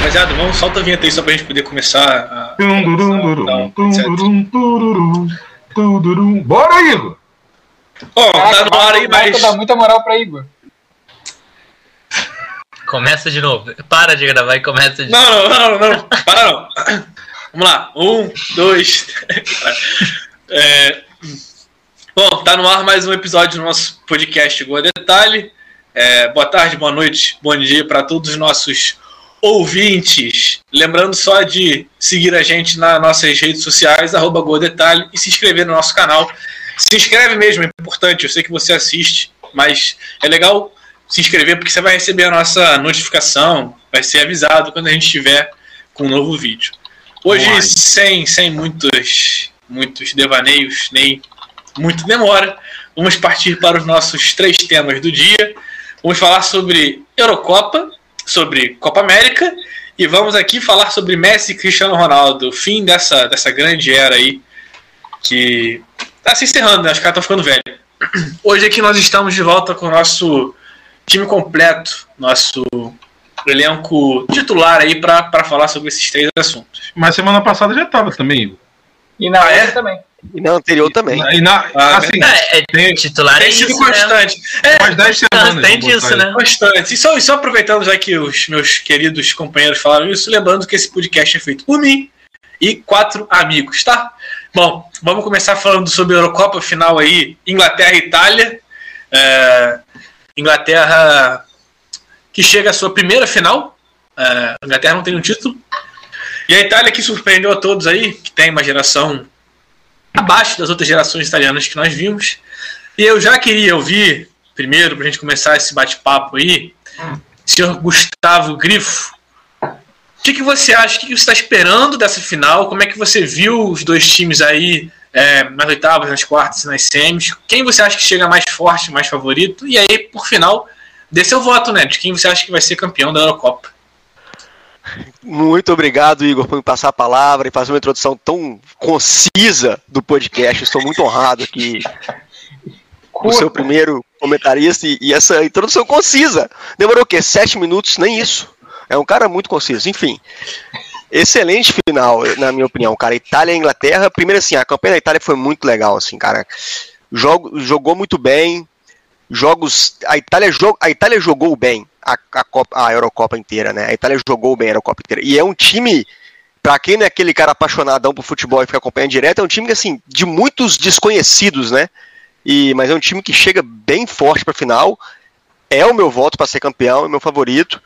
rapaziada, vamos, solta a vinheta aí só pra gente poder começar a... Bora, Igor! Tá no ar aí, mas... Dá muita moral pra Igor. Começa de novo. Para de gravar e começa de novo. Não. Para não. Vamos lá. 1, 2, 3. Bom, tá no ar mais um episódio do nosso podcast Gol Detalhe. Boa tarde, boa noite, bom dia para todos os nossos ouvintes. Lembrando só de seguir a gente nas nossas redes sociais, @GolDetalhe, e se inscrever no nosso canal. Se inscreve mesmo, é importante. Eu sei que você assiste, mas é legal se inscrever porque você vai receber a nossa notificação, vai ser avisado quando a gente estiver com um novo vídeo. Hoje, sem muitos devaneios, nem muito demora, vamos partir para os nossos 3 temas do dia. Vamos falar sobre Eurocopa, sobre Copa América, e vamos aqui falar sobre Messi e Cristiano Ronaldo, o fim dessa grande era aí, que está se encerrando, né? Os caras estão ficando velhos. Hoje aqui nós estamos de volta com o nosso time completo, nosso elenco titular aí para falar sobre esses 3 assuntos. Mas semana passada já estava também, Igor. E na outra também. E na anterior também. Titular tem sido constante. Mais 10 semanas. Tem disso, né? Constante. E só aproveitando já que os meus queridos companheiros falaram isso, lembrando que esse podcast é feito por mim e 4 amigos, tá? Bom, vamos começar falando sobre a Eurocopa final aí, Inglaterra e Itália. Inglaterra que chega à sua primeira final. A Inglaterra não tem um título. E a Itália que surpreendeu a todos aí, que tem uma geração abaixo das outras gerações italianas que nós vimos. E eu já queria ouvir, primeiro, para a gente começar esse bate-papo aí, senhor Gustavo Grifo, o que você acha, o que você está esperando dessa final? Como é que você viu os 2 times aí nas oitavas, nas quartas e nas semis? Quem você acha que chega mais forte, mais favorito? E aí, por final, dê seu voto, né? De quem você acha que vai ser campeão da Eurocopa. Muito obrigado, Igor, por me passar a palavra e fazer uma introdução tão concisa do podcast. Estou muito honrado aqui com o seu primeiro comentarista e essa introdução concisa. Demorou o quê? 7 minutos? Nem isso. É um cara muito conciso. Enfim, excelente final, na minha opinião, cara. Itália e Inglaterra. Primeiro, assim, a campanha da Itália foi muito legal, assim, cara. Jogou muito bem. A Itália jogou bem a Eurocopa inteira, né? A Itália jogou bem a Eurocopa inteira. E é um time, pra quem não é aquele cara apaixonadão por futebol e fica acompanhando direto, é um time, assim, de muitos desconhecidos, né? Mas é um time que chega bem forte pra final. É o meu voto pra ser campeão, é o meu favorito.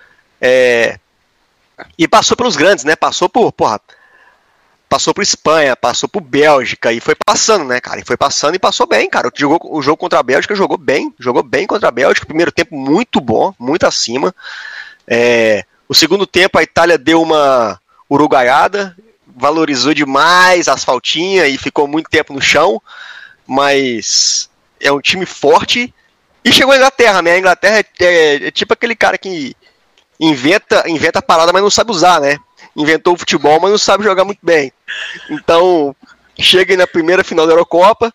E passou pelos grandes, né? Passou por Espanha, passou por Bélgica e foi passando, né, cara? E foi passando e passou bem, cara. O jogo contra a Bélgica jogou bem contra a Bélgica. Primeiro tempo muito bom, muito acima. O segundo tempo a Itália deu uma uruguaiada, valorizou demais as faltinhas e ficou muito tempo no chão, mas é um time forte. E chegou a Inglaterra, né? A Inglaterra é tipo aquele cara que inventa a parada, mas não sabe usar, né? Inventou o futebol, mas não sabe jogar muito bem. Então, chega aí na primeira final da Eurocopa.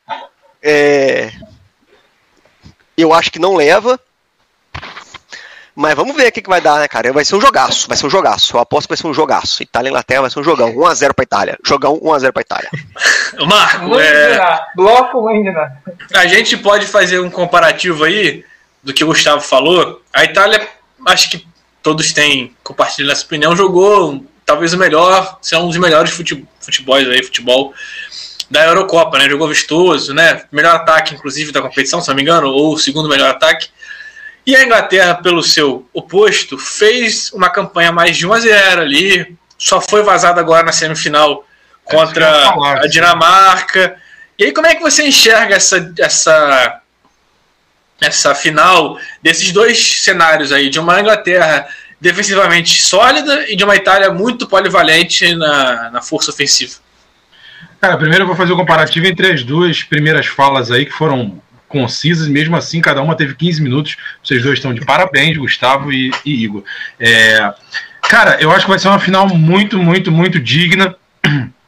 Eu acho que não leva. Mas vamos ver o que vai dar, né, cara? Vai ser um jogaço. Eu aposto que vai ser um jogaço. Itália e Inglaterra vai ser um jogão. 1-0 pra Itália. Jogão 1-0 pra Itália. Marco, bloco ainda. A gente pode fazer um comparativo aí do que o Gustavo falou. A Itália, acho que todos têm compartilhado essa opinião, jogou talvez o melhor, se é um dos melhores futebol da Eurocopa, né? Jogou vistoso, né? Melhor ataque, inclusive, da competição, se não me engano, ou o segundo melhor ataque. E a Inglaterra, pelo seu oposto, fez uma campanha mais de 1-0 ali, só foi vazada agora na semifinal contra a Dinamarca. E aí, como é que você enxerga essa final desses 2 cenários aí, de uma Inglaterra defensivamente sólida e de uma Itália muito polivalente na força ofensiva? Cara, primeiro eu vou fazer o comparativo entre as 2 primeiras falas aí, que foram concisas, mesmo assim cada uma teve 15 minutos. Vocês 2 estão de parabéns, Gustavo e Igor. Cara, eu acho que vai ser uma final muito, muito, muito digna.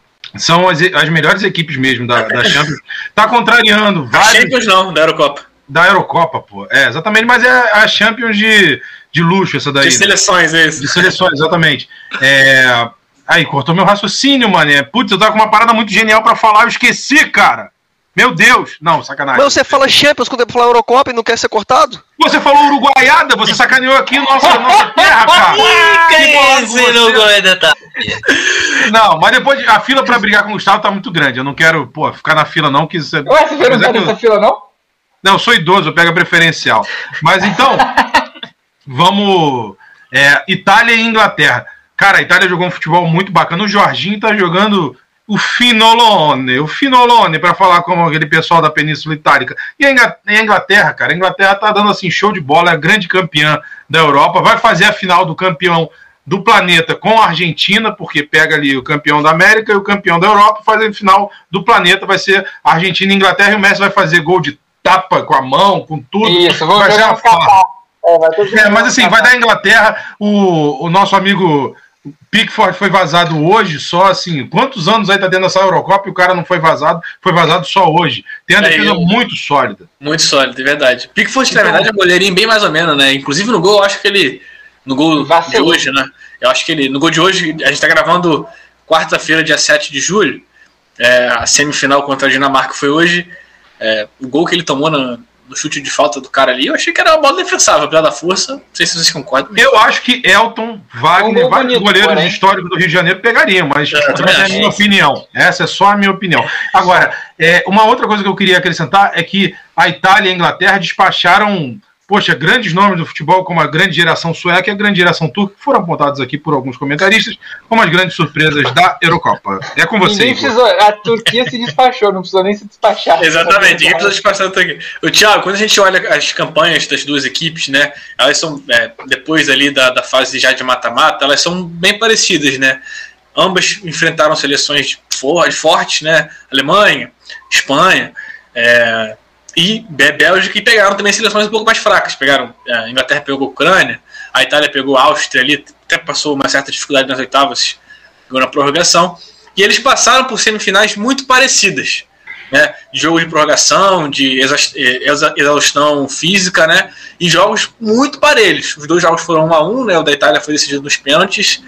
São as melhores equipes mesmo da Champions. Tá contrariando vários... Champions não, da Eurocopa. Da Eurocopa, pô. Exatamente, mas é a Champions de luxo essa daí. De seleções, é isso. De seleções, exatamente. Aí, cortou meu raciocínio, mano. Putz, eu tava com uma parada muito genial pra falar, eu esqueci, cara. Meu Deus! Não, sacanagem. Mas você fala Champions quando eu falar Eurocopa e não quer ser cortado? Você falou uruguaiada, você sacaneou aqui nossa terra, cara. Não, mas depois a fila pra brigar com o Gustavo tá muito grande. Eu não quero, ficar na fila não. Você não tá nessa fila, não? Não, eu sou idoso, eu pego a preferencial. Mas então, vamos... Itália e Inglaterra. Cara, a Itália jogou um futebol muito bacana. O Jorginho tá jogando... O Finolone, para falar como aquele pessoal da Península Itálica. E a Inglaterra, cara, a Inglaterra tá dando assim show de bola, é a grande campeã da Europa, vai fazer a final do campeão do planeta com a Argentina, porque pega ali o campeão da América e o campeão da Europa, faz a final do planeta, vai ser a Argentina e a Inglaterra, e o Messi vai fazer gol de tapa com a mão, com tudo. Isso, vai ser uma farra. Mas assim, vai dar a Inglaterra, o nosso amigo... Pickford foi vazado hoje, só assim, quantos anos aí tá dentro dessa Eurocopa e o cara não foi vazado só hoje. Tem uma defesa muito sólida. Muito sólida, é verdade. Pickford, na verdade, é um goleirinho bem mais ou menos, né? Inclusive no gol, eu acho que ele, no gol de hoje, né? Eu acho que ele, no gol de hoje, a gente tá gravando quarta-feira, dia 7 de julho, a semifinal contra a Dinamarca foi hoje, o gol que ele tomou no chute de falta do cara ali, eu achei que era uma bola defensável, pela da força, não sei se vocês concordam. Eu acho que Elton, Wagner, vários goleiros históricos do Rio de Janeiro pegariam, mas essa é a minha opinião. Essa é só a minha opinião. Agora, uma outra coisa que eu queria acrescentar é que a Itália e a Inglaterra despacharam, grandes nomes do futebol, como a grande geração sueca e a grande geração turca, que foram apontados aqui por alguns comentaristas, como as grandes surpresas da Eurocopa. É com você, a Turquia se despachou, não precisou nem se despachar. Exatamente, ninguém precisou despachar a Turquia. O Thiago, quando a gente olha as campanhas das duas equipes, né, elas são, depois ali da fase já de mata-mata, elas são bem parecidas, né? Ambas enfrentaram seleções fortes, né? Alemanha, Espanha, e Bélgica, e pegaram também seleções um pouco mais fracas. A Inglaterra pegou a Ucrânia, a Itália pegou a Áustria ali, até passou uma certa dificuldade nas oitavas, pegou na prorrogação, e eles passaram por semifinais muito parecidas, né? De jogo de prorrogação, de exaustão física, né? E jogos muito parelhos. Os dois jogos foram 1-1, né? O da Itália foi decidido nos pênaltis,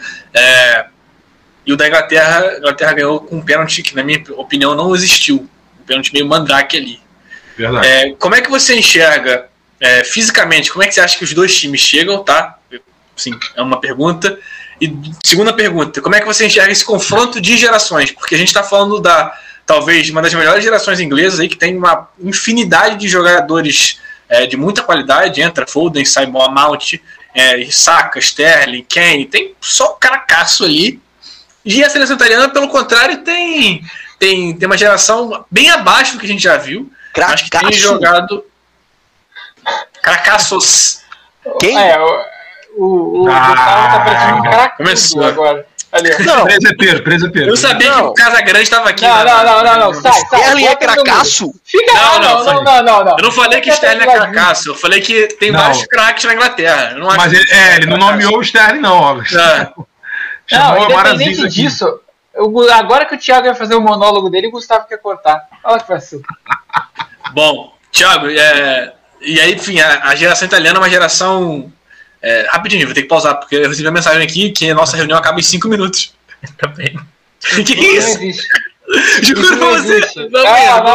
e o da Inglaterra, a Inglaterra ganhou com um pênalti que, na minha opinião, não existiu. Um pênalti meio mandrake ali. Verdade. Como é que você enxerga fisicamente, como é que você acha que os dois times chegam, tá? Sim, é uma pergunta. E segunda pergunta, como é que você enxerga esse confronto de gerações? Porque a gente está falando talvez, uma das melhores gerações inglesas aí, que tem uma infinidade de jogadores de muita qualidade, entra Foden, Simon, Mount, Saka, Sterling, Kane, tem só caracaço ali. E a seleção italiana, pelo contrário, tem uma geração bem abaixo do que a gente já viu. Acho que tem jogado cracassos. Quem? O Gustavo tá parecendo um cracudo começou agora. Ali, não. Presepeiro. Eu sabia que o Casagrande estava aqui. Não. Sai. Sterling é cracaço? Fica não. Eu não falei que Sterling é cracaço. Eu falei que tem vários craques na Inglaterra. Eu não acho. Mas ele não nomeou o Sterling, não. Não, independente disso, agora que o Thiago ia fazer o monólogo dele, o Gustavo quer cortar. Olha que vacilo. Bom, Thiago, e aí, enfim, a geração italiana é uma geração... rapidinho, vou ter que pausar, porque eu recebi uma mensagem aqui que a nossa reunião acaba em 5 minutos. Também. Que é isso? Não existe. Juro pra você. Não.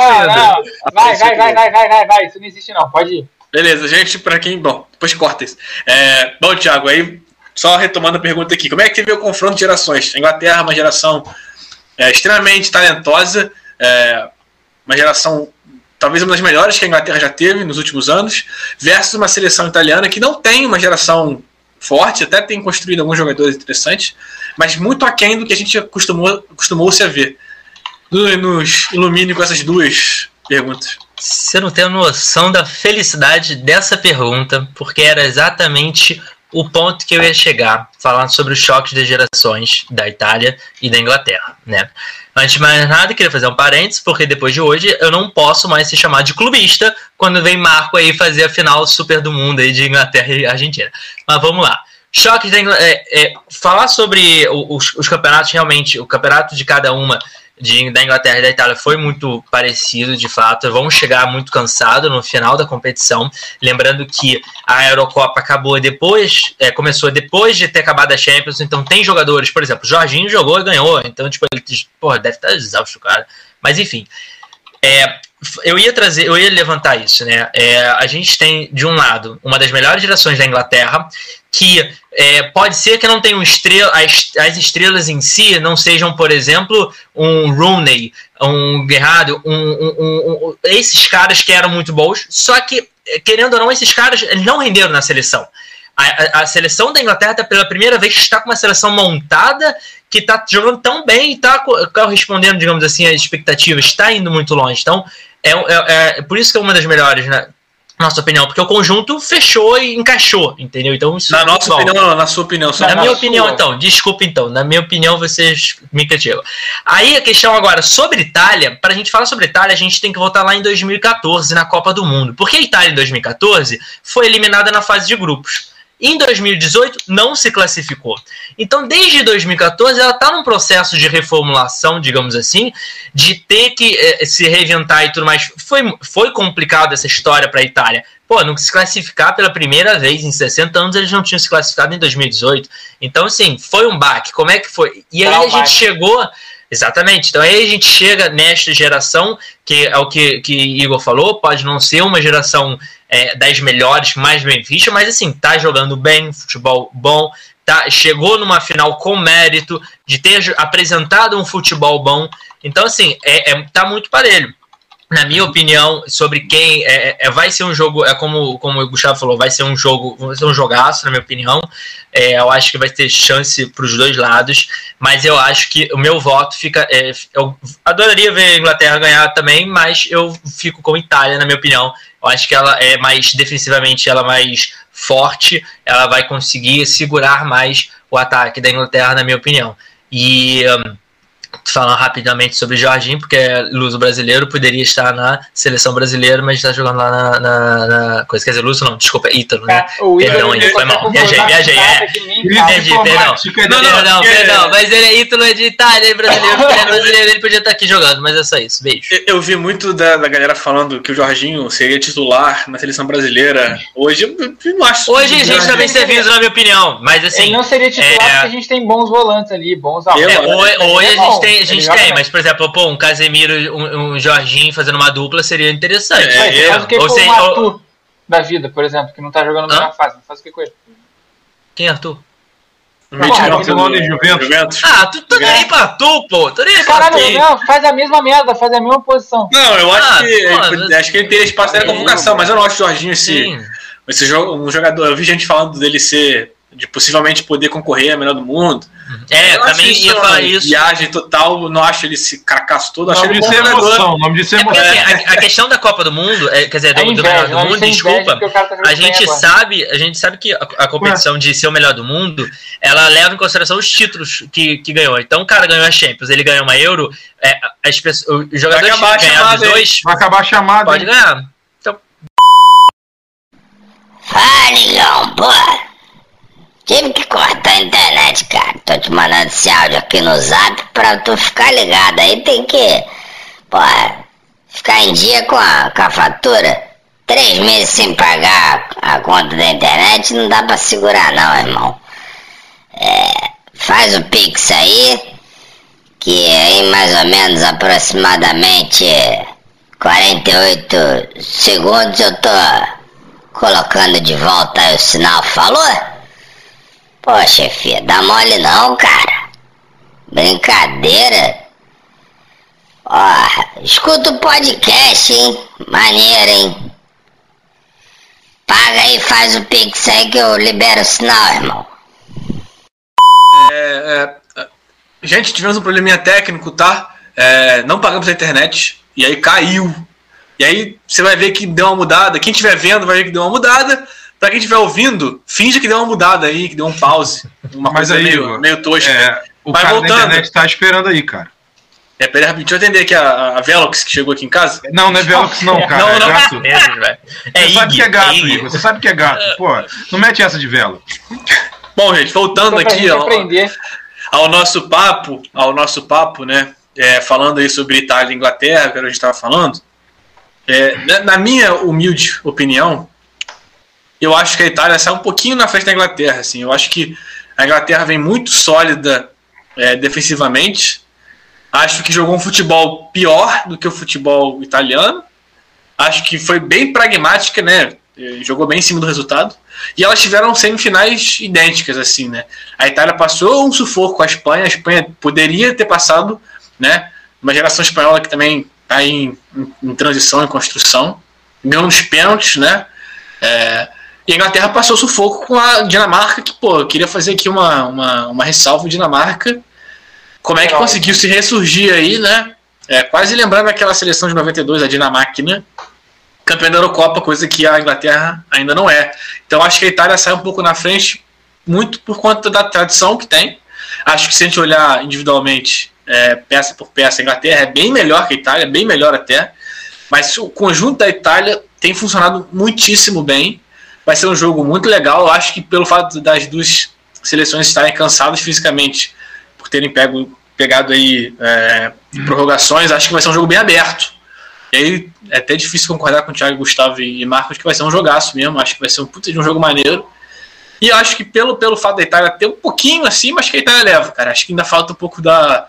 Vai. Isso não existe, não. Pode ir. Beleza, gente, pra quem... Bom, depois corta isso. Bom, Thiago, aí, só retomando a pergunta aqui. Como é que teve o confronto de gerações? A Inglaterra é uma geração extremamente talentosa, uma geração... talvez uma das melhores que a Inglaterra já teve nos últimos anos, versus uma seleção italiana que não tem uma geração forte, até tem construído alguns jogadores interessantes, mas muito aquém do que a gente acostumou-se a ver. Nos ilumine com essas duas perguntas. Você não tem noção da felicidade dessa pergunta, porque era exatamente o ponto que eu ia chegar, falando sobre os choques de gerações da Itália e da Inglaterra, né? Antes de mais nada, queria fazer um parênteses, porque depois de hoje eu não posso mais se chamar de clubista quando vem Marco aí fazer a final super do mundo aí de Inglaterra e Argentina. Mas vamos lá. Choques da Inglaterra. Falar sobre os campeonatos, realmente, o campeonato de cada uma, da Inglaterra e da Itália foi muito parecido, de fato. Vão chegar muito cansados no final da competição. Lembrando que a Eurocopa começou depois de ter acabado a Champions, então tem jogadores, por exemplo, o Jorginho jogou e ganhou, então tipo, ele deve estar exausto, cara. Mas enfim, eu ia levantar isso, né? A gente tem, de um lado, uma das melhores gerações da Inglaterra, que pode ser que não tenham as estrelas em si não sejam, por exemplo, um Rooney, um Gerrard, esses caras que eram muito bons, só que, querendo ou não, esses caras não renderam na seleção. A seleção da Inglaterra, pela primeira vez, está com uma seleção montada, que está jogando tão bem e está correspondendo, digamos assim, às expectativas, está indo muito longe. Então, por isso que é uma das melhores, né? Nossa opinião, porque o conjunto fechou e encaixou, entendeu? Então, isso na nossa opinião, não, na sua opinião. Na minha opinião, então, desculpa então, na minha opinião vocês me criticam. Aí a questão agora, sobre Itália, para a gente falar sobre Itália, a gente tem que voltar lá em 2014, na Copa do Mundo. Porque a Itália em 2014 foi eliminada na fase de grupos. Em 2018 não se classificou. Então desde 2014 ela está num processo de reformulação, digamos assim, de ter que se reinventar e tudo mais. Foi complicado essa história para a Itália. Pô, não se classificar pela primeira vez em 60 anos, eles não tinham se classificado em 2018. Então assim, foi um baque. Como é que foi? E aí a gente chegou... Exatamente, então aí a gente chega nesta geração, que é o que Igor falou, pode não ser uma geração das melhores, mais bem vista, mas assim, tá jogando bem, futebol bom, chegou numa final com mérito, de ter apresentado um futebol bom, então assim, tá muito parelho. Na minha opinião, sobre quem vai ser um jogo, como o Gustavo falou, vai ser um jogaço, na minha opinião. Eu acho que vai ter chance para os dois lados, mas eu acho que o meu voto fica. Eu adoraria ver a Inglaterra ganhar também, mas eu fico com a Itália, na minha opinião. Eu acho que ela é mais defensivamente, ela é mais forte, ela vai conseguir segurar mais o ataque da Inglaterra, na minha opinião. E falando rapidamente sobre o Jorginho, porque é luso brasileiro, poderia estar na seleção brasileira, mas está jogando lá na coisa. Quer dizer, luso não, desculpa, Ítalo, né? Perdão aí, foi mal. Viajei. Perdão, mas ele é Ítalo, é de Itália, é brasileiro, porque ele é brasileiro, ele podia estar aqui jogando, mas é só isso, beijo. Eu vi muito da galera falando que o Jorginho seria titular na seleção brasileira. Hoje eu não acho. Hoje a gente também serviço, na minha opinião, mas assim. Ele não seria titular porque a gente tem bons volantes ali, bons hoje a gente tem, mas por exemplo, um Casemiro, um Jorginho fazendo uma dupla seria interessante. Faz o que com o Arthur da vida, por exemplo, que não tá jogando na fase, não faz o que com ele. Quem é Arthur? Barcelona e Juventus. Tu tá nem aí pra Arthur, pô. Caralho, não, faz a mesma merda, faz a mesma posição. Não, eu acho que ele teria espaço na convocação, mas eu não acho o Jorginho um jogador. Eu vi gente falando dele de possivelmente poder concorrer a melhor do mundo. Também ia falar isso. Viagem total, não acho ele esse cracaço todo. Nome de ser emoção. A questão da Copa do Mundo, quer dizer, do melhor do mundo, desculpa, a gente sabe que a competição de ser o melhor do mundo, ela leva em consideração os títulos que ganhou. Então o cara ganhou a Champions, ele ganhou uma Euro, os jogadores que ganharam os dois, vai acabar a chamada. Pode ganhar. Então... Fale, pô! Tive que cortar a internet, cara. Tô te mandando esse áudio aqui no zap pra tu ficar ligado. Aí tem que, ficar em dia com a fatura. 3 meses sem pagar a conta da internet não dá pra segurar não, irmão. Faz o Pix aí, que em mais ou menos aproximadamente 48 segundos eu tô colocando de volta aí o sinal. Falou? Pô, chefia, dá mole não, cara. Brincadeira. Escuta o podcast, hein? Maneiro, hein? Paga aí, faz o Pix aí que eu libero o sinal, irmão. Gente, tivemos um probleminha técnico, tá? Não pagamos a internet e aí caiu. E aí você vai ver que deu uma mudada. Quem estiver vendo vai ver que deu uma mudada. Pra quem estiver ouvindo, finge que deu uma mudada aí, que deu um pause. Uma coisa aí, meio tosca. O cara voltando. Da internet tá esperando aí, cara. Peraí, rapidinho, deixa eu atender aqui a Velox que chegou aqui em casa. Não é Velox não, cara. Não. Gato. Você sabe que é gato, Igor. Você sabe que é gato. Pô, não mete essa de Velox. Bom, gente, voltando aqui ao nosso papo, né? falando aí sobre Itália e Inglaterra, que a gente estava falando, na minha humilde opinião, eu acho que a Itália sai um pouquinho na frente da Inglaterra. Assim. Eu acho que a Inglaterra vem muito sólida defensivamente. Acho que jogou um futebol pior do que o futebol italiano. Acho que foi bem pragmática, né? Jogou bem em cima do resultado. E elas tiveram semifinais idênticas, assim, né? A Itália passou um sufoco com a Espanha poderia ter passado, né? Uma geração espanhola que também está em transição, em construção. Ganhou nos pênaltis, né? E a Inglaterra passou sufoco com a Dinamarca, que, eu queria fazer aqui uma ressalva. Dinamarca, como é que conseguiu se ressurgir aí, né? Quase lembrando aquela seleção de 92, a Dinamarca, né? Campeã da Eurocopa, coisa que a Inglaterra ainda não é. Então acho que a Itália sai um pouco na frente, muito por conta da tradição que tem. Acho que se a gente olhar individualmente, peça por peça, a Inglaterra é bem melhor que a Itália, bem melhor até. Mas o conjunto da Itália tem funcionado muitíssimo bem. Vai ser um jogo muito legal. Eu acho que pelo fato das duas seleções estarem cansadas fisicamente, por terem pegado aí prorrogações, acho que vai ser um jogo bem aberto. E aí é até difícil concordar com o Thiago, Gustavo e Marcos que vai ser um jogaço mesmo. Acho que vai ser um puta de um jogo maneiro. E eu acho que pelo fato da Itália ter um pouquinho acima, acho que a Itália leva, cara. Acho que ainda falta um pouco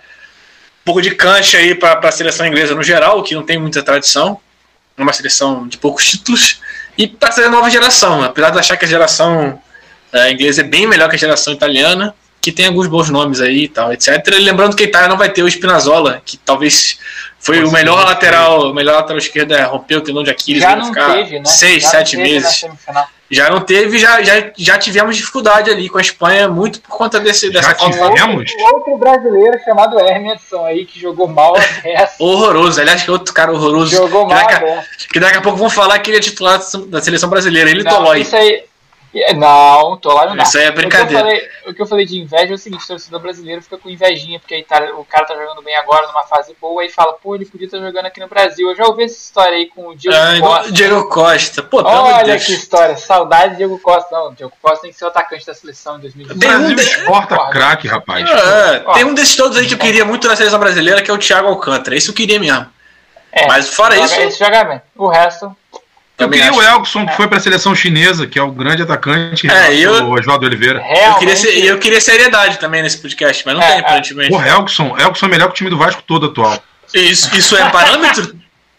de cancha aí para a seleção inglesa no geral, que não tem muita tradição. É uma seleção de poucos títulos. E para essa nova geração, apesar de achar que a geração inglesa é bem melhor que a geração italiana, que tem alguns bons nomes aí e tal, etc. Lembrando que a Itália não vai ter o Spinazzola, que talvez foi o melhor lateral esquerdo, rompeu o tendão de Aquiles, já não ficar teve, né? 6, 7 meses. Já não teve, já tivemos dificuldade ali com a Espanha, muito por conta dessa falta. Outro brasileiro chamado Emerson aí, que jogou mal a peça. Horroroso, aliás, que é outro cara horroroso. Jogou mal que daqui a pouco vão falar que ele é titular da seleção brasileira, ele Tolói. Isso aí. Não, Tolói não. Isso aí é brincadeira. O que eu falei de inveja é o seguinte: o torcedor brasileiro fica com invejinha, porque a Itália, o cara tá jogando bem agora, numa fase boa, e fala, ele podia estar jogando aqui no Brasil. Eu já ouvi essa história aí com o Diego Costa. Diego Costa, olha que história, saudade de Diego Costa. Não, o Diego Costa tem que ser o atacante da seleção em 2020. O Brasil exporta craque, rapaz. Tem um desses todos aí que eu queria muito na seleção brasileira, que é o Thiago Alcântara. Isso eu queria mesmo. Mas fora isso. Esse joga bem. O resto. Eu queria o Elkson, que foi para a seleção chinesa, que é o grande atacante, o Oswaldo Oliveira. Eu queria seriedade também nesse podcast, mas não tem, aparentemente. O Elkson é melhor que o time do Vasco todo atual. Isso é parâmetro?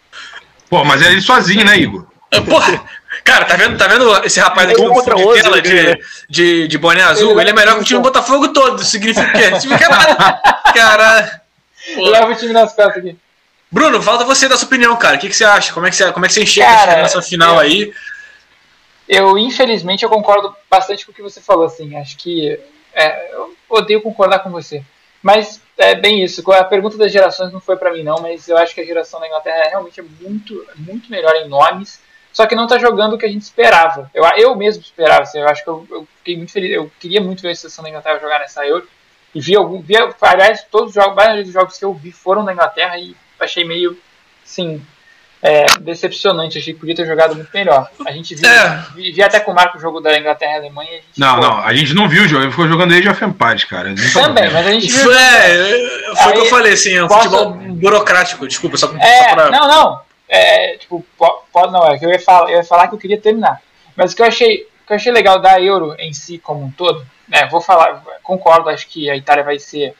Mas é ele sozinho, né, Igor? Cara, tá vendo esse rapaz aqui com tela de boné azul? Ele é melhor que o time do Botafogo todo. Isso significa o quê? Significa nada. Cara. Leva o time nas costas aqui. Bruno, falta você dar sua opinião, cara. O que você acha? Como é que você enxerga essa final aí? Infelizmente, eu concordo bastante com o que você falou, assim. Acho que eu odeio concordar com você. Mas é bem isso. A pergunta das gerações não foi pra mim, não, mas eu acho que a geração da Inglaterra realmente é muito, muito melhor em nomes, só que não tá jogando o que a gente esperava. Eu mesmo esperava, assim, eu acho que eu fiquei muito feliz. Eu queria muito ver a seleção da Inglaterra jogar nessa Euro. E aliás, todos os jogos, a maioria dos jogos que eu vi foram da Inglaterra e achei meio, sim, decepcionante. Achei que podia ter jogado muito melhor. A gente viu até com o Marco o jogo da Inglaterra e Alemanha. A gente não viu o jogo, ele ficou jogando Age of Empires, cara. Também, mas a gente viu. Foi o que eu falei, assim, é um futebol burocrático, desculpa, só pra... Não. Eu ia falar que eu queria terminar. Mas o que eu achei legal da Euro em si como um todo, concordo, acho que a Itália vai ser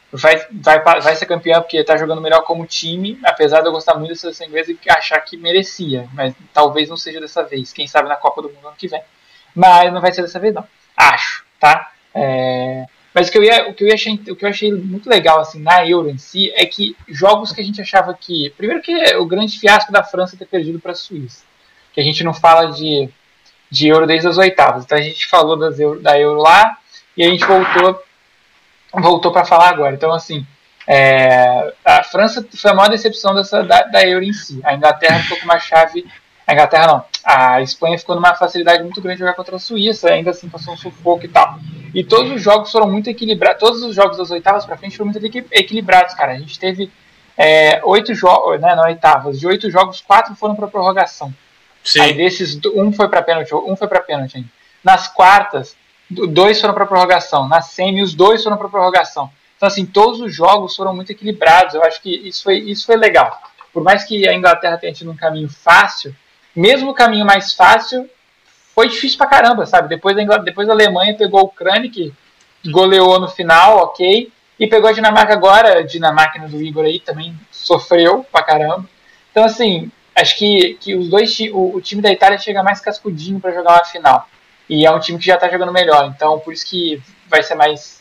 campeã porque está jogando melhor como time, apesar de eu gostar muito da seleção inglesa e achar que merecia, mas talvez não seja dessa vez, quem sabe na Copa do Mundo ano que vem, mas não vai ser dessa vez não, acho, tá? Mas o que eu achei muito legal assim, na Euro em si é que jogos que a gente achava que, primeiro que o grande fiasco da França ter perdido para a Suíça, que a gente não fala de Euro desde as oitavas, então a gente falou da Euro lá e a gente voltou para falar agora. Então, assim, a França foi a maior decepção da Euro em si. A Inglaterra ficou com uma chave... A Inglaterra não. A Espanha ficou numa facilidade muito grande de jogar contra a Suíça, ainda assim passou um sufoco e tal. E todos os jogos foram muito equilibrados. Todos os jogos das oitavas para frente foram muito equilibrados, cara. A gente teve 8 jogos, né, na oitavas. De 8 jogos, 4 foram para prorrogação. Sim. Aí desses, um foi para pênalti ainda. Nas quartas, 2 foram para prorrogação. Na semi, os 2 foram para prorrogação. Então, assim, todos os jogos foram muito equilibrados. Eu acho que isso foi legal. Por mais que a Inglaterra tenha tido um caminho fácil, mesmo o caminho mais fácil foi difícil pra caramba, sabe? Depois a Alemanha pegou a Ucrânia, que goleou no final, ok, e pegou a Dinamarca agora, a Dinamarca do Igor aí também sofreu pra caramba. Então, assim, acho que os dois, o time da Itália chega mais cascudinho pra jogar uma final. E é um time que já tá jogando melhor, então por isso que vai ser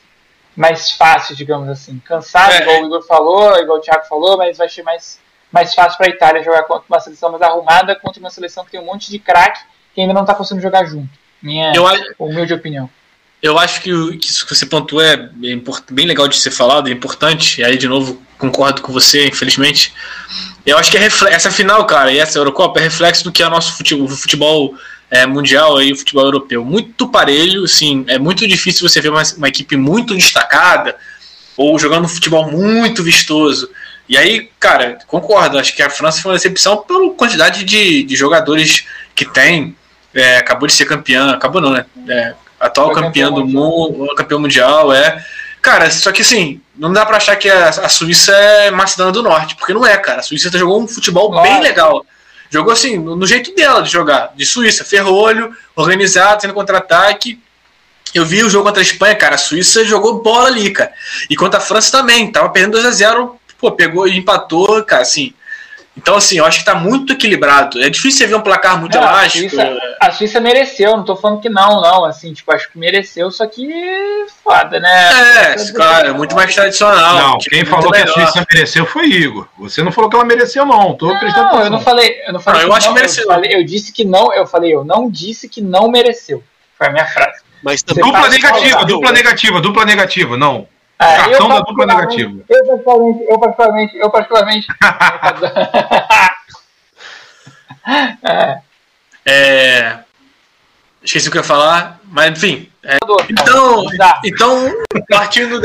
mais fácil, digamos assim. Cansado, igual o Igor falou, igual o Thiago falou, mas vai ser mais fácil pra Itália jogar contra uma seleção mais arrumada, contra uma seleção que tem um monte de craque que ainda não tá conseguindo jogar junto. Minha humilde opinião. Eu acho que isso que você pontuou é bem legal de ser falado, é importante, e aí de novo concordo com você, infelizmente. Eu acho que essa final, cara, e essa Eurocopa é reflexo do que é o nosso futebol mundial e o futebol europeu. Muito parelho, assim, é muito difícil você ver uma equipe muito destacada ou jogando um futebol muito vistoso. E aí, cara, concordo, acho que a França foi uma decepção pela quantidade de jogadores que tem. Acabou de ser campeã, acabou não, né? Atual campeão do mundo, campeão mundial, Cara, só que assim, não dá pra achar que a Suíça é Macedônia do Norte, porque não é, cara. A Suíça jogou um futebol bem legal. Jogou assim, no jeito dela de jogar, de Suíça, ferrolho, organizado, tendo contra-ataque. Eu vi o jogo contra a Espanha, cara, a Suíça jogou bola ali, cara. E contra a França também, tava perdendo 2-0, pegou e empatou, cara, assim. Então, assim, eu acho que tá muito equilibrado. É difícil você ver um placar muito elástico. A Suíça mereceu, não tô falando que não, assim, tipo, acho que mereceu, só que foda, né? Claro, é muito mais tradicional. Não, quem falou que a Suíça mereceu foi Igor. Você não falou que ela mereceu, não. Tô prestando atenção. Eu não falei. Eu acho que mereceu. Eu disse que não, eu não disse que não mereceu. Foi a minha frase. Mas dupla negativa, não. Cartão da dupla negativa. Eu particularmente. Esqueci o que eu ia falar, mas enfim. Então partindo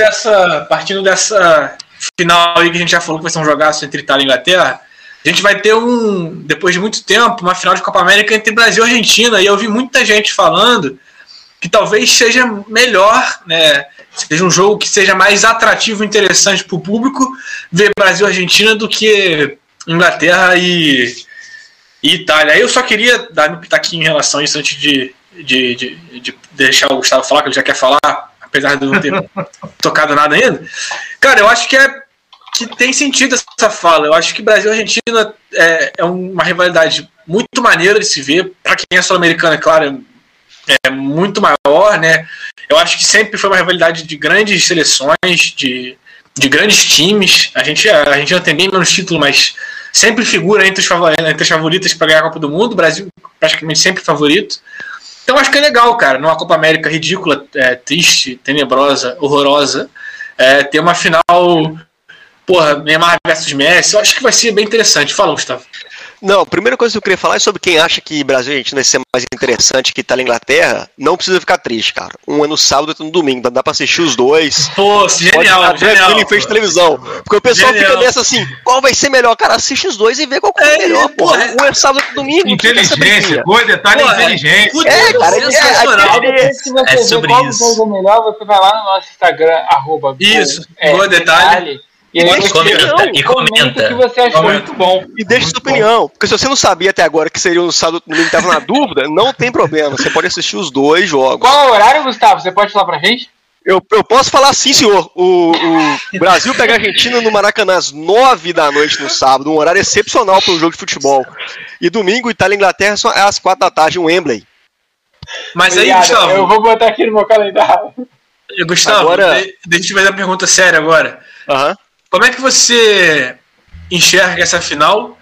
dessa final aí que a gente já falou que vai ser um jogaço entre Itália e Inglaterra, a gente vai ter depois de muito tempo, uma final de Copa América entre Brasil e Argentina, e eu vi muita gente falando que talvez seja melhor, né? Seja um jogo que seja mais atrativo e interessante para o público ver Brasil e Argentina do que Inglaterra e Itália. Eu só queria dar meu pitaquinho em relação a isso antes de deixar o Gustavo falar, que ele já quer falar, apesar de não ter tocado nada ainda. Cara, eu acho que tem sentido essa fala. Eu acho que Brasil e Argentina é uma rivalidade muito maneira de se ver. Para quem é sul-americano, é claro, é muito maior, né? Eu acho que sempre foi uma rivalidade de grandes seleções, de grandes times. A gente não tem bem menos título, mas sempre figura entre as favoritas para ganhar a Copa do Mundo. O Brasil praticamente sempre favorito. Então acho que é legal, cara, numa Copa América ridícula, triste, tenebrosa, horrorosa, ter uma final, Neymar versus Messi. Eu acho que vai ser bem interessante. Fala, Gustavo. Não, a primeira coisa que eu queria falar é sobre quem acha que Brasil e Argentina vai ser mais interessante que Itália e Inglaterra. Não precisa ficar triste, cara. Um é no sábado e outro no domingo. Dá pra assistir os dois. Pô, genial. Ele fez televisão. Porque o pessoal fica nessa assim, qual vai ser melhor? Cara, assiste os dois e vê qual é melhor, porra. Um é sábado e outro domingo. Inteligência. Coisa, detalhe é inteligência. Cara, é sobre isso. Qual coisa melhor, você vai lá no nosso Instagram, Isso, detalhe. E aí comenta o que você achou. Muito bom. E deixa sua opinião. Porque se você não sabia até agora que seria no sábado e estava na dúvida, não tem problema. Você pode assistir os dois jogos. Qual é o horário, Gustavo? Você pode falar pra gente? Eu posso falar sim, senhor. O Brasil pega a Argentina no Maracanã às 9 da noite no sábado. Um horário excepcional para um jogo de futebol. E domingo, Itália e Inglaterra são às 4 da tarde, em Wembley. Mas aí, Gustavo... Eu vou botar aqui no meu calendário. Gustavo, deixa eu te fazer uma pergunta séria agora. Como é que você enxerga essa final?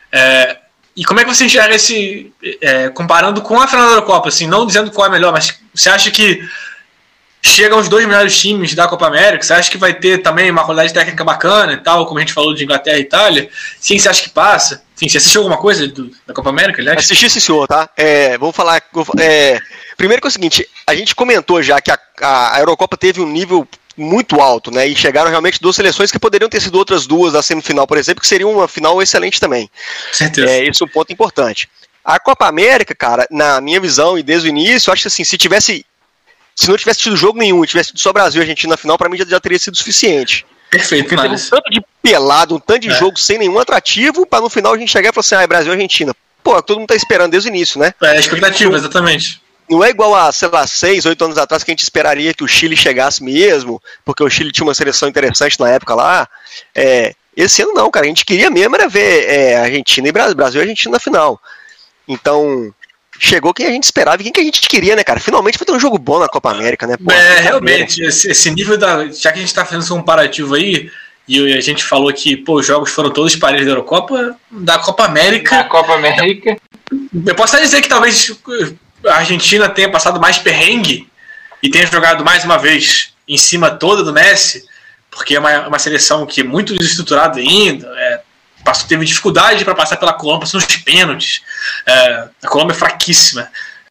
E como é que você enxerga esse... comparando com a final da Eurocopa, assim, não dizendo qual é melhor, mas você acha que chegam os dois melhores times da Copa América? Você acha que vai ter também uma qualidade técnica bacana e tal, como a gente falou de Inglaterra e Itália? Sim, você acha que passa? Enfim, você assistiu alguma coisa da Copa América, aliás? Assisti, sim, senhor, tá? Vamos falar... primeiro que é o seguinte, a gente comentou já que a Eurocopa teve um nível muito alto, né? E chegaram realmente duas seleções que poderiam ter sido outras duas da semifinal, por exemplo, que seria uma final excelente também. Certeza. Esse é um ponto importante. A Copa América, cara, na minha visão e desde o início, eu acho que assim, se tivesse Se não tivesse tido jogo nenhum e tivesse tido só Brasil e Argentina na final, pra mim já teria sido suficiente. Perfeito, porque teve um tanto de pelado, um tanto de jogo sem nenhum atrativo, pra no final a gente chegar e falar assim, é Brasil e Argentina. Pô, todo mundo tá esperando desde o início, né? É, expectativa, exatamente. Não é igual a, sei lá, 6, 8 anos atrás que a gente esperaria que o Chile chegasse mesmo, porque o Chile tinha uma seleção interessante na época lá. Esse ano não, cara. A gente queria mesmo era ver Argentina e Brasil e Argentina na final. Então, chegou quem a gente esperava e quem que a gente queria, né, cara? Finalmente vai ter um jogo bom na Copa América, né? Pô, realmente, esse nível já que a gente tá fazendo esse comparativo aí, e a gente falou que, pô, os jogos foram todos parelhos da Eurocopa, da Copa América. Da Copa América. Eu posso até dizer que talvez a Argentina tenha passado mais perrengue e tenha jogado mais uma vez em cima toda do Messi, porque é uma seleção que é muito desestruturada ainda, teve dificuldade para passar pela Colômbia, passou nos pênaltis. A Colômbia é fraquíssima.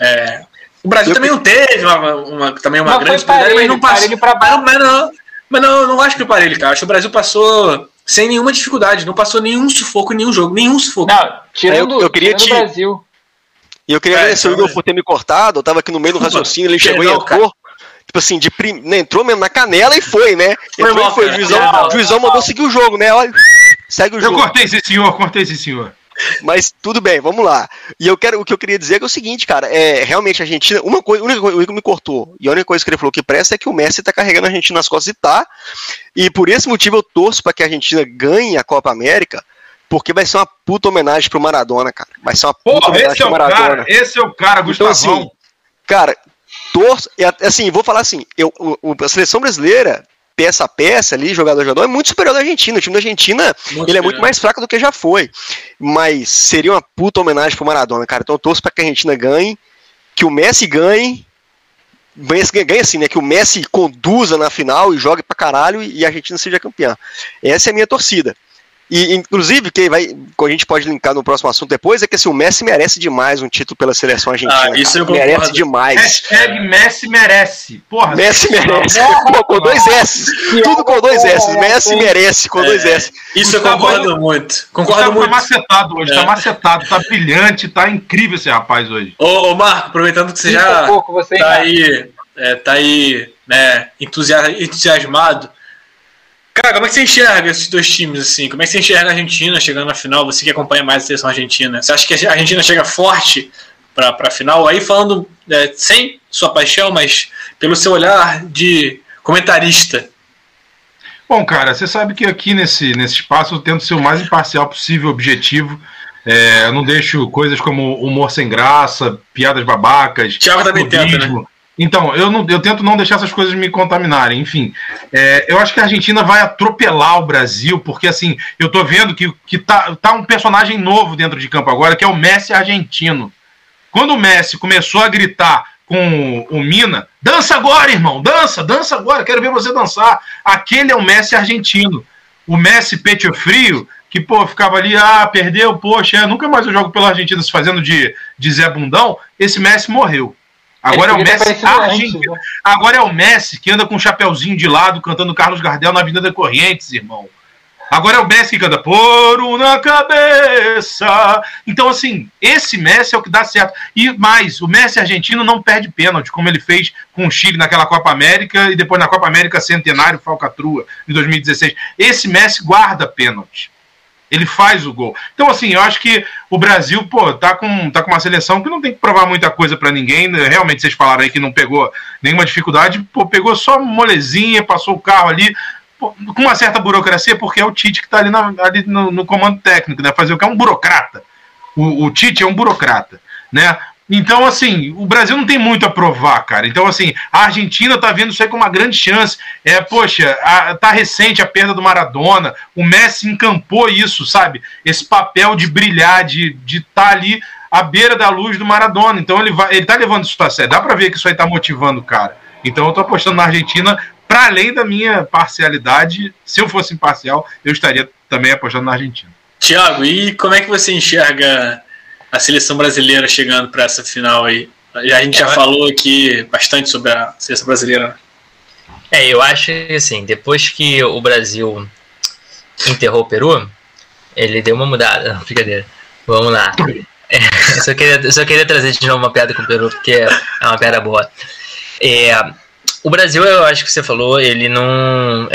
O Brasil também não teve uma grande dificuldade, mas não passou. Mas não acho que foi parelho, cara. Acho que o Brasil passou sem nenhuma dificuldade, não passou nenhum sufoco em nenhum jogo, nenhum sufoco. Não, tirando o Brasil. E eu queria agradecer o Igor por ter me cortado, eu tava aqui no meio do raciocínio, ele chegou e entrou, tipo assim, entrou mesmo na canela e foi, né? Foi. O juizão mandou seguir o jogo, né? Olha, segue o jogo. Eu cortei esse senhor. Mas tudo bem, vamos lá. E o que eu queria dizer é o seguinte, cara, realmente a Argentina, a única coisa, o Igor me cortou, e a única coisa que ele falou que presta é que o Messi tá carregando a Argentina nas costas e por esse motivo eu torço pra que a Argentina ganhe a Copa América, porque vai ser uma puta homenagem pro Maradona, cara. Vai ser uma puta homenagem pro Maradona. Esse é o cara, Gustavão. Então, assim, cara, torço, assim, vou falar assim, a seleção brasileira, peça a peça ali, jogador a jogador, é muito superior da Argentina. O time da Argentina, ele é muito mais fraco do que já foi. Mas seria uma puta homenagem pro Maradona, cara. Então eu torço pra que a Argentina ganhe, que o Messi ganhe assim, né? Que o Messi conduza na final e jogue pra caralho e a Argentina seja campeã. Essa é a minha torcida. E, inclusive, que a gente pode linkar no próximo assunto depois, é que assim, o Messi merece demais um título pela seleção argentina. Isso eu concordo. Merece demais. Messi merece. Porra, Messi merece. Pô, com 2 S. Tudo com 2 S. Messi merece com 2 S. Isso eu concordo muito. Concordo muito. Tá macetado hoje, tá macetado, tá brilhante, tá incrível esse rapaz hoje. Ô Marco, aproveitando que você já tá aí, né, entusiasmado. Cara, como é que você enxerga esses dois times, assim? Como é que você enxerga a Argentina chegando na final? Você que acompanha mais a seleção argentina. Você acha que a Argentina chega forte para a final? Aí falando sem sua paixão, mas pelo seu olhar de comentarista. Bom, cara, você sabe que aqui nesse espaço eu tento ser o mais imparcial possível, objetivo. Eu não deixo coisas como humor sem graça, piadas babacas. Thiago também tenta, né? Então, eu tento não deixar essas coisas me contaminarem. Enfim, eu acho que a Argentina vai atropelar o Brasil, porque assim, eu tô vendo que tá um personagem novo dentro de campo agora, que é o Messi argentino. Quando o Messi começou a gritar com o Mina, dança agora, irmão, dança agora, quero ver você dançar. Aquele é o Messi argentino. O Messi peito frio, que, pô, ficava ali, perdeu, poxa, nunca mais eu jogo pela Argentina se fazendo de Zé Bundão. Esse Messi morreu. Agora é o Messi argentino. Agora é o Messi que anda com um chapeuzinho de lado cantando Carlos Gardel na Avenida Corrientes, irmão. Agora é o Messi que canta por uma cabeça. Então, assim, esse Messi é o que dá certo. E mais, o Messi argentino não perde pênalti, como ele fez com o Chile naquela Copa América e depois na Copa América Centenário Falcatrua, em 2016. Esse Messi guarda pênalti. Ele faz o gol. Então, assim, eu acho que o Brasil, pô, tá com uma seleção que não tem que provar muita coisa pra ninguém. Realmente, vocês falaram aí que não pegou nenhuma dificuldade. Pô, pegou só molezinha, passou o carro ali, pô, com uma certa burocracia, porque é o Tite que tá ali no comando técnico, né? Fazer o que é um burocrata. O Tite é um burocrata, né? Então, assim, o Brasil não tem muito a provar, cara. Então, assim, a Argentina tá vendo isso aí como uma grande chance. Poxa, tá recente a perda do Maradona. O Messi encampou isso, sabe? Esse papel de brilhar, de estar ali à beira da luz do Maradona. Então, ele tá levando isso a sério. Dá pra ver que isso aí tá motivando o cara. Então, eu tô apostando na Argentina, para além da minha parcialidade. Se eu fosse imparcial, eu estaria também apostando na Argentina. Thiago, e como é que você enxerga a seleção brasileira chegando para essa final aí? A gente já falou aqui bastante sobre a seleção brasileira. Eu acho que assim, depois que o Brasil enterrou o Peru, ele deu uma mudada. Não, brincadeira. Vamos lá. Só queria trazer de novo uma piada com o Peru, porque é uma piada boa. O Brasil, eu acho que você falou, ele não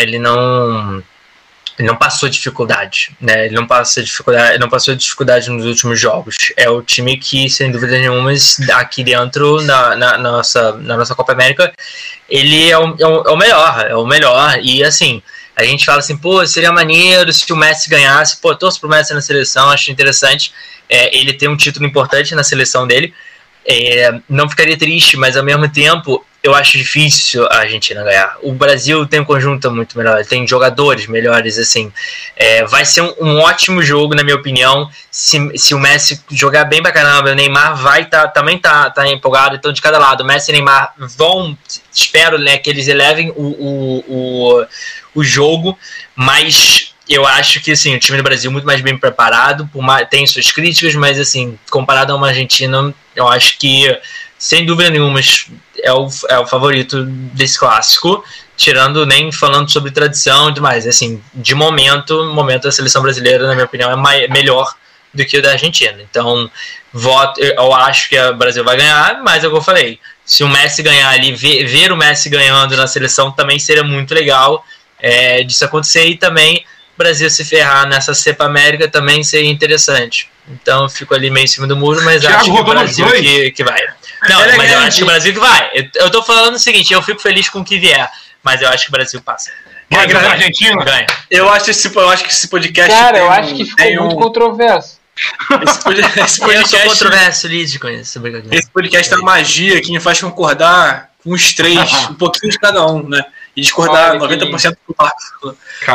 passou dificuldade, né? Ele não passou dificuldade nos últimos jogos. É o time que, sem dúvida nenhuma, aqui dentro, na nossa Copa América, ele é o melhor. E assim, a gente fala assim, pô, seria maneiro se o Messi ganhasse. Pô, torço pro Messi na seleção, acho interessante. Ele tem um título importante na seleção dele. Não ficaria triste, mas ao mesmo tempo eu acho difícil a Argentina ganhar. O Brasil tem um conjunto muito melhor, tem jogadores melhores, assim. Vai ser um ótimo jogo, na minha opinião, se o Messi jogar bem pra caramba. O Neymar também tá empolgado, então de cada lado, o Messi e o Neymar espero, né, que eles elevem o jogo, mas eu acho que assim, o time do Brasil é muito mais bem preparado, tem suas críticas, mas assim, comparado a uma Argentina, eu acho que, sem dúvida nenhuma, é o favorito desse clássico, tirando, nem falando sobre tradição e tudo mais. Assim, de momento da seleção brasileira, na minha opinião, é melhor do que o da Argentina. Então, eu acho que o Brasil vai ganhar, mas é o que eu falei, se o Messi ganhar ali, ver o Messi ganhando na seleção também seria muito legal disso acontecer, e também o Brasil se ferrar nessa Cepa América também seria interessante. Então eu fico ali meio em cima do muro, mas Thiago, acho que o Brasil que vai. Não, mas eu acho que o Brasil que vai. Eu tô falando o seguinte, eu fico feliz com o que vier, mas eu acho que o Brasil passa. Vai ganhar a Argentina? Ganha. Eu acho que esse podcast... Cara, eu acho que ficou muito controverso. Esse podcast, eu sou controverso, Lid, com isso. Esse podcast tem uma magia que me faz concordar com os três, um pouquinho de cada um, né? E discordar 90% do Marcos.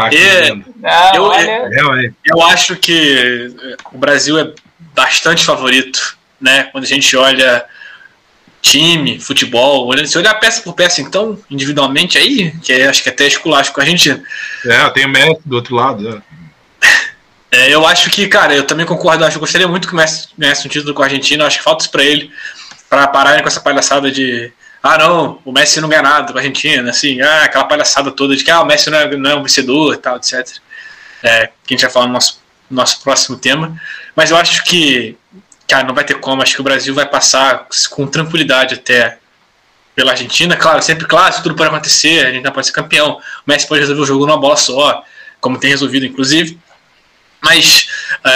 Eu acho que o Brasil é bastante favorito, né? Quando a gente olha time, futebol, se olhar peça por peça, então, individualmente, aí, que acho que até esculacho com a Argentina. Tem o Messi do outro lado. Eu acho que, cara, eu também concordo, eu gostaria muito que o Messi ganhasse um título com a Argentina, eu acho que falta isso pra ele, pra pararem com essa palhaçada de não, o Messi não ganha nada com a Argentina, assim, aquela palhaçada toda de que o Messi não é um vencedor e tal, etc. Que a gente vai falar no nosso próximo tema. Mas eu acho que, cara, não vai ter como, acho que o Brasil vai passar com tranquilidade até pela Argentina. Claro, sempre clássico, tudo pode acontecer, a gente não pode ser campeão. O Messi pode resolver o jogo numa bola só, como tem resolvido, inclusive. Mas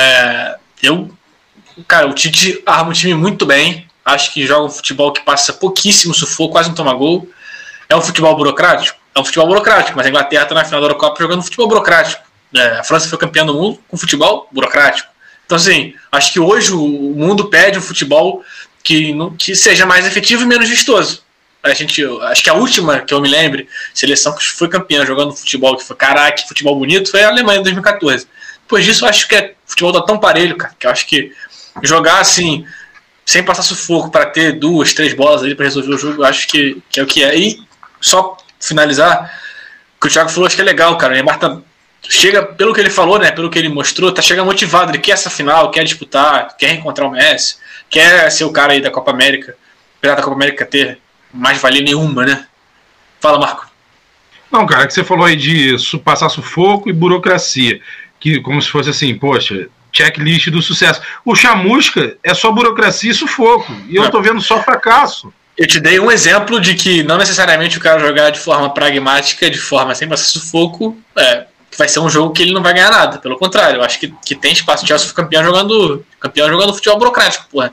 o Tite arma um time muito bem. Acho que joga um futebol que passa pouquíssimo sufoco, quase não toma gol. É um futebol burocrático? É um futebol burocrático, mas a Inglaterra está na final da Eurocopa jogando futebol burocrático. A França foi campeã do mundo com futebol burocrático. Então, assim, acho que hoje o mundo pede um futebol que seja mais efetivo e menos vistoso. Acho que a última, que eu me lembre, seleção que foi campeã jogando futebol, que foi, caraca, que futebol bonito, foi a Alemanha em 2014. Depois disso, eu acho que o futebol tá tão parelho, cara, que eu acho que jogar assim, sem passar sufoco, para ter 2, 3 bolas ali para resolver o jogo, eu acho que é o que é. E só finalizar, o que o Thiago falou, acho que é legal, cara. O Neymar chega, pelo que ele falou, né, pelo que ele mostrou, chega motivado, ele quer essa final, quer disputar, quer reencontrar o Messi, quer ser o cara aí da Copa América, apesar da Copa América ter mais valia nenhuma, né? Fala, Marco. Não, cara, que você falou aí de passar sufoco e burocracia, que como se fosse assim, poxa, checklist do sucesso. O Chamusca é só burocracia e sufoco, e eu tô vendo só fracasso. Eu te dei um exemplo de que não necessariamente o cara jogar de forma pragmática, de forma sem passar sufoco, vai ser um jogo que ele não vai ganhar nada. Pelo contrário, eu acho que tem espaço. O Chelsea foi campeão jogando futebol burocrático, porra.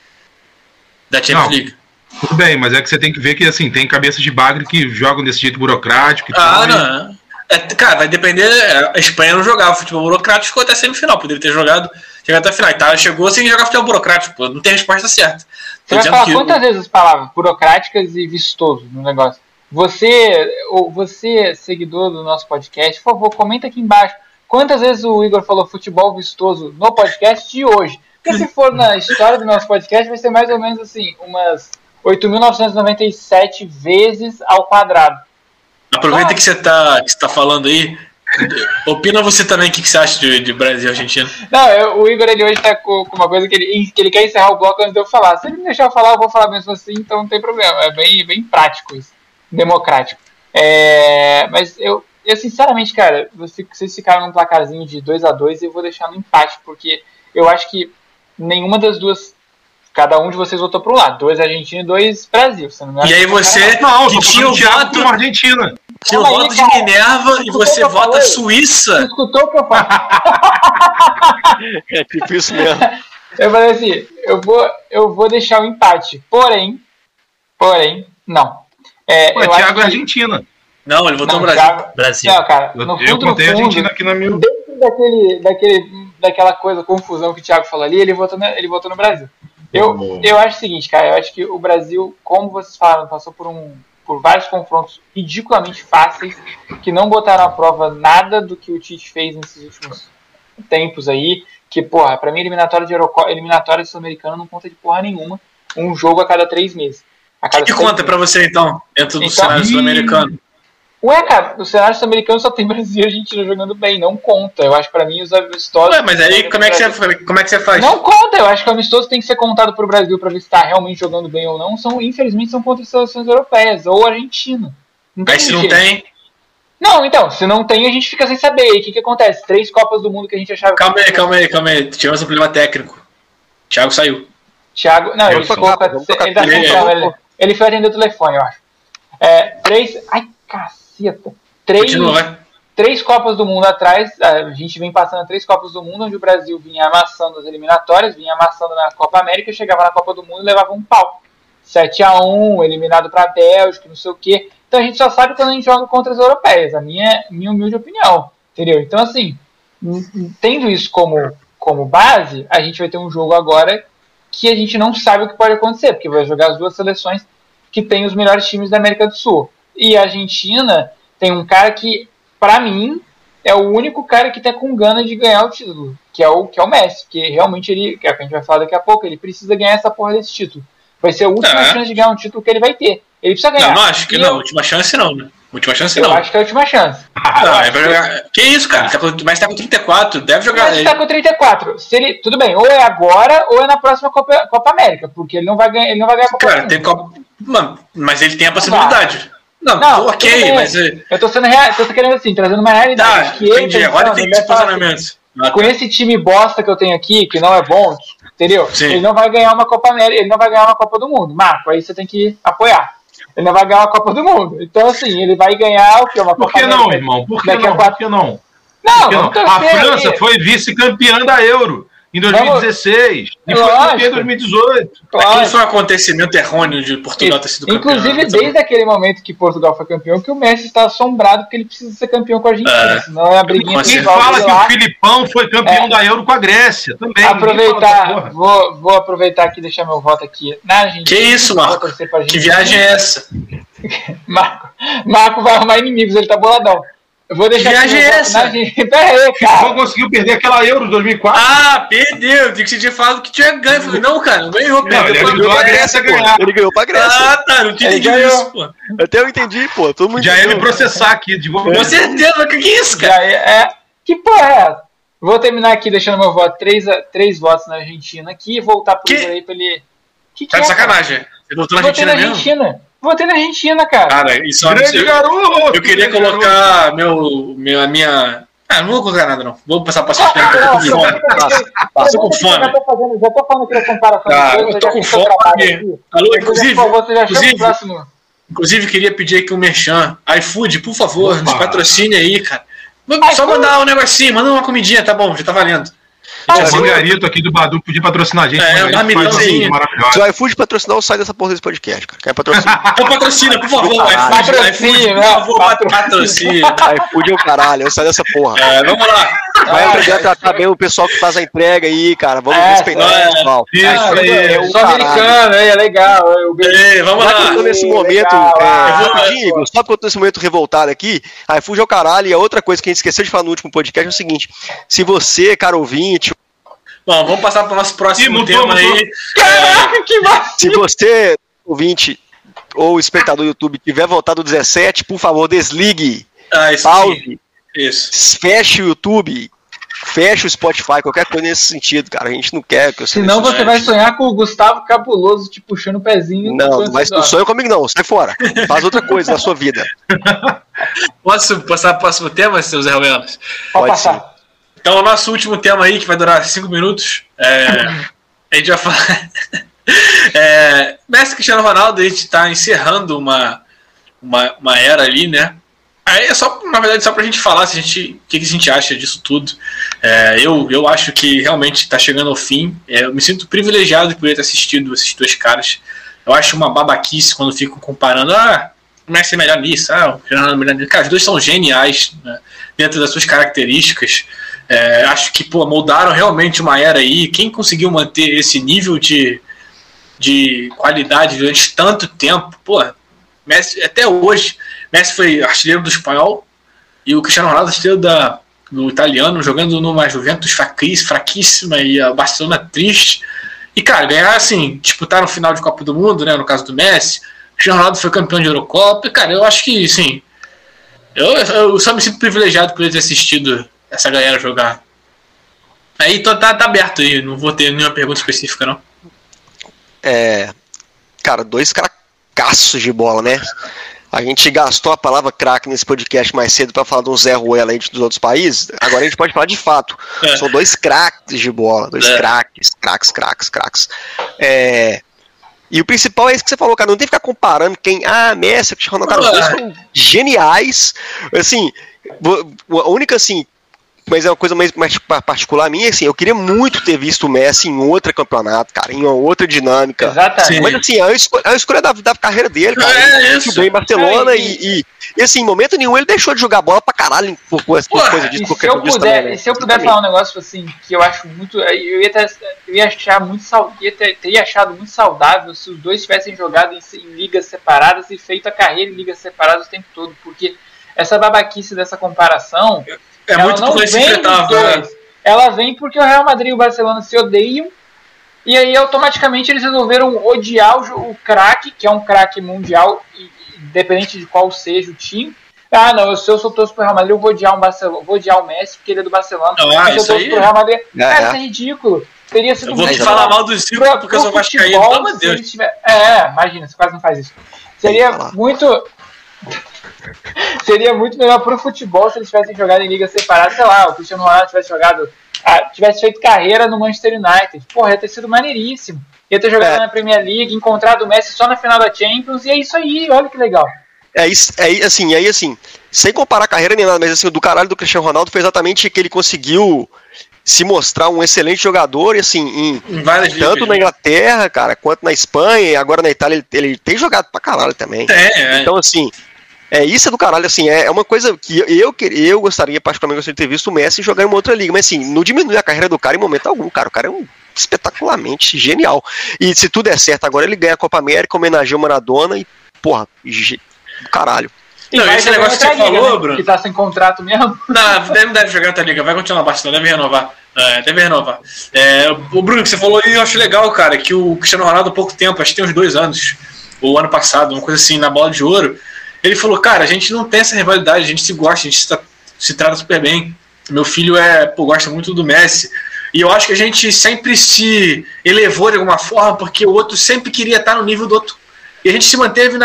Da Champions League. Tudo bem, mas é que você tem que ver que assim, tem cabeças de bagre que jogam desse jeito burocrático e tal. Não. Cara, vai depender. A Espanha não jogava futebol burocrático, ficou até semifinal. Poderia ter chegado até a final. A Itália chegou sem jogar futebol burocrático, pô. Não tem resposta certa. Você vai falar quantas vezes as palavras burocráticas e vistoso no negócio? Você, seguidor do nosso podcast, por favor, comenta aqui embaixo quantas vezes o Igor falou futebol vistoso no podcast de hoje. Porque se for na história do nosso podcast, vai ser mais ou menos assim, umas 8.997 vezes ao quadrado. Aproveita que você tá falando aí. Opina você também o que você acha de Brasil e Argentina. Não, o Igor ele hoje tá com uma coisa que ele quer encerrar o bloco antes de eu falar. Se ele me deixar eu falar, eu vou falar mesmo assim, então não tem problema. É bem prático isso. Democrático. Mas eu sinceramente, cara, vocês ficaram num placarzinho de 2-2 e eu vou deixar no empate, porque eu acho que nenhuma das duas Cada um de vocês votou para um lado. 2 Argentina e 2 Brasil. Você não E aí você Não, que tinha o voto, Argentina. tinha o Calma aí, voto de cara. Minerva e você o que eu vota falei? Suíça. Você escutou o que eu falei? É tipo isso mesmo. Eu falei assim, eu vou deixar o empate. Porém, não. Pô, Eu Thiago acho é que- Argentina. Não, ele votou não, no Brasil. Thiago- Brasil. Não, cara, no Eu fundo, contei a no fundo, Argentina aqui na minha. dentro daquela coisa, confusão que o Thiago falou ali, ele votou no Brasil. Eu acho o seguinte, cara, eu acho que o Brasil, como vocês falaram, passou por vários confrontos ridiculamente fáceis, que não botaram à prova nada do que o Tite fez nesses últimos tempos aí, que, porra, pra mim eliminatória sul-americana não conta de porra nenhuma, um jogo a cada 3 meses. A O cada que 6 conta meses. pra você, então, dentro do Então- cenário sul-americano? Ué, cara, no cenário sul-americano só tem Brasil e Argentina jogando bem, não conta. Eu acho que pra mim os amistosos... Ué, mas aí como é que você faz? Não conta, eu acho que o amistoso tem que ser contado pro Brasil pra ver se tá realmente jogando bem ou não. Infelizmente são contra as seleções europeias ou Argentina. Não tem Aí se não jeito. tem... Não, então, se não tem, a gente fica sem saber. E o que acontece? 3 Copas do Mundo que a gente achava Calma aí. Tivemos um problema técnico. Thiago saiu. Thiago, não, ele Vamos ficou tocar, com ele tá sem tela, ele foi atender o telefone, eu acho. 3. Ai, caceta. Continua, vai. 3 Copas do Mundo atrás, a gente vem passando 3 Copas do Mundo, onde o Brasil vinha amassando as eliminatórias, vinha amassando na Copa América, chegava na Copa do Mundo e levava um pau. 7-1, eliminado pra Bélgica, não sei o quê. Então a gente só sabe quando a gente joga contra as europeias, a minha humilde opinião, entendeu? Então assim, tendo isso como base, a gente vai ter um jogo agora que a gente não sabe o que pode acontecer, porque vai jogar as duas seleções que tem os melhores times da América do Sul. E a Argentina tem um cara que, pra mim, é o único cara que tá com gana de ganhar o título, que é o Messi, que realmente ele, que é o que a gente vai falar daqui a pouco, ele precisa ganhar essa porra desse título. Vai ser a última chance de ganhar um título que ele vai ter. Ele precisa ganhar. Não acho que não. Última chance não, né? Última chance não. Eu acho que é a última chance. Não, ele vai jogar... Que isso, cara? Mas tá com 34, deve jogar. Mas tá com 34. Se ele... Tudo bem, ou é agora ou é na próxima Copa América, porque ele não vai ganhar a Copa Cara, América. tem Copa... Mano, mas ele tem a possibilidade. Não, Não, ok, tudo bem. mas... Eu tô sendo real, tô querendo assim, trazendo uma realidade. Tá, que ele entendi. tá Agora pensando, tem ele vai os falar assim, posicionamentos. com esse time bosta que eu tenho aqui, que não é bom, entendeu? Sim. Ele não vai ganhar uma Copa América, ele não vai ganhar uma Copa do Mundo. Marco, aí você tem que apoiar. Ele não vai ganhar uma Copa do Mundo. Então, assim, ele vai ganhar o quê? Uma Copa Por que não, América. irmão? Por que Daqui a não? 4... Por que não? Não, Por que vamos não? A torcer França aí. foi vice-campeã da Euro em 2016 e foi Lógico. campeã em 2018. Claro. Aquilo foi um acontecimento errôneo de Portugal ter sido campeão. Inclusive, desde aquele momento que Portugal foi campeão, que o Messi está assombrado porque ele precisa ser campeão com a Argentina. Senão é a briguinha Quem Quem principal fala dele que lá. o Filipão foi campeão da Euro com a Grécia também. Aproveitar, vou aproveitar aqui e deixar meu voto aqui na Argentina. Que isso, Vou Marco? torcer pra Que Argentina. viagem é essa? Marco vai arrumar inimigos, ele tá boladão. Eu vou deixar Que aqui viagem meu é voto essa? na Argentina. Pera aí, O Filipão cara. conseguiu perder aquela Euro de 2004. Ah, perdeu. Tem que você tinha falado que tinha ganho. Eu falei, não, cara, não ganhou. Não, Perdeu ele pra ajudou a Grécia a ganhar. Ele ganhou pra Grécia. Ah, tá, não tinha Ele entendido ganhou. isso, pô. Até eu entendi, pô. Todo mundo Já ia me entendeu. processar aqui. Com certeza, mas que é isso, cara? Já que porra é essa? Vou terminar aqui deixando meu voto. 3 votos na Argentina aqui e voltar pro Que? Igor aí pra ele. Que Tá é, de cara? sacanagem. Você voltou na Votei na Argentina mesmo? Argentina. Votei na Argentina, cara. Cara, isso é um Grande absurdo. garoto! Eu queria grande colocar a minha... Ah, não vou colocar nada, não. Vou passar pra sua frente, eu tô com fome. Tô com fome. Já tô falando aqui da comparação. Tá, de eu coisas, tô já com fiz seu fome. trabalho aqui. Alô, Por favor, você já chama o inclusive, próximo. inclusive, queria pedir aqui um merchan. iFood, por favor, Opa. nos patrocine aí, cara. Só iFood? mandar um negocinho, manda uma comidinha, tá bom, já tá valendo. O Margarito aqui do Badu podia patrocinar a gente. É, Margarito um marmitãozinho. faz uma maravilhosa. Se o iFood patrocinar, eu saio dessa porra desse podcast, cara. Quer patrocinar? Então patrocina, por favor, Patrocínio, por favor, patrocina. iFood é o caralho, eu saio dessa porra. É, vamos lá. Vai aprender a tratar bem o pessoal que faz a entrega aí, cara. Vamos respeitar o pessoal. Isso é aí. o Sou americano, é legal. Ei, vamos Já que eu lá. tô nesse momento, legal, rapidinho, Igor, só porque eu tô nesse momento revoltado aqui, iFood é o caralho, e a outra coisa que a gente esqueceu de falar no último podcast é o seguinte: se você, cara ouvinte, Bom, vamos passar para o nosso próximo tema aí. Caraca, que massa! se você, ouvinte ou espectador do YouTube, tiver votado 17, por favor, desligue, Ah, isso pause, sim. Isso. feche o YouTube, feche o Spotify, qualquer coisa nesse sentido, cara. A gente não quer que você. Senão você vai sonhar com o Gustavo Cabuloso te puxando o pezinho. Não vai não sonha comigo, não. Sai fora. Faz outra coisa na sua vida. Posso passar para o próximo tema, seu Zé Ruelas? Pode Pode passar. Então, o nosso último tema aí, que vai durar 5 minutos, a gente vai falar... Messi e Cristiano Ronaldo, a gente está encerrando uma era ali, né? Aí é só, na verdade, só pra gente falar o que a gente acha disso tudo. Eu acho que realmente está chegando ao fim. Eu me sinto privilegiado de poder ter assistido esses dois caras. Eu acho uma babaquice quando ficam comparando. O Messi é melhor nisso, o Cristiano Ronaldo é melhor nisso. Cara, os dois são geniais, né, dentro das suas características. Acho que moldaram realmente uma era aí. Quem conseguiu manter esse nível de qualidade durante tanto tempo, Messi, até hoje, Messi foi artilheiro do espanhol e o Cristiano Ronaldo artilheiro do italiano, jogando numa Juventus fraquíssima e a Barcelona triste. E, cara, ganhar assim, disputar no final de Copa do Mundo, né, no caso do Messi, o Cristiano Ronaldo foi campeão de Eurocopa. E, cara, eu acho que, sim, eu só me sinto privilegiado por ter assistido essa galera jogar. Aí tá aberto aí, não vou ter nenhuma pergunta específica, não. Cara, dois cracaços de bola, né? A gente gastou a palavra craque nesse podcast mais cedo para falar de um Zé Ruela aí dos outros países. Agora a gente pode falar de fato. São dois craques de bola, dois craques. E o principal é isso que você falou, cara. Não tem que ficar comparando quem. Messi, Cristiano Ronaldo. Cara, os dois foram geniais. Assim, a única, assim. Mas é uma coisa mais particular minha, assim, eu queria muito ter visto o Messi em outro campeonato, cara, em uma outra dinâmica. Exatamente. Mas assim, a escolha da carreira dele, cara. Ele jogou em Barcelona e assim, em momento nenhum ele deixou de jogar bola pra caralho por coisa disso. Se eu puder falar um negócio assim, que eu acho muito. Teria achado muito saudável se os dois tivessem jogado em ligas separadas e feito a carreira em ligas separadas o tempo todo, porque essa babaquice dessa comparação. Ela muito não vem dos dois. Ela vem porque o Real Madrid e o Barcelona se odeiam. E aí automaticamente eles resolveram odiar o craque, que é um craque mundial, independente de qual seja o time. Não, se eu sou torço pro Real Madrid, eu vou odiar o Messi, porque ele é do Barcelona. Se eu torço pro Real Madrid, isso é ridículo. Teria sido eu vou te falar mal dos Zico porque eu sou vascaíno, pelo amor de Deus. Imagina, você quase não faz isso. Seria muito melhor pro futebol se eles tivessem jogado em ligas separadas, sei lá, o Cristiano Ronaldo tivesse feito carreira no Manchester United. Porra, ia ter sido maneiríssimo. Ia ter jogado na Premier League, encontrado o Messi só na final da Champions, e é isso aí, olha que legal. Assim, sem comparar a carreira nem nada, mas assim, o do caralho do Cristiano Ronaldo foi exatamente que ele conseguiu se mostrar um excelente jogador, e assim, tanto na Inglaterra, cara, quanto na Espanha, e agora na Itália, ele tem jogado pra caralho também. Então, assim, isso é do caralho, assim, é uma coisa que eu particularmente gostaria de ter visto o Messi jogar em uma outra liga, mas assim, não diminui a carreira do cara em momento algum, cara, o cara é espetacularmente genial, e se tudo é certo, agora ele ganha a Copa América, homenageia o Maradona, e porra, do caralho. E esse negócio que você falou, né, Bruno, que tá sem contrato mesmo. Não deve jogar outra liga, vai continuar bastante, deve renovar. O Bruno, que você falou aí, eu acho legal, cara, que o Cristiano Ronaldo há pouco tempo, acho que tem uns 2 anos, ou ano passado, uma coisa assim, na Bola de Ouro, ele falou, cara, a gente não tem essa rivalidade, a gente se gosta, a gente se trata super bem. Meu filho gosta muito do Messi, e eu acho que a gente sempre se elevou de alguma forma, porque o outro sempre queria estar no nível do outro. E a gente se manteve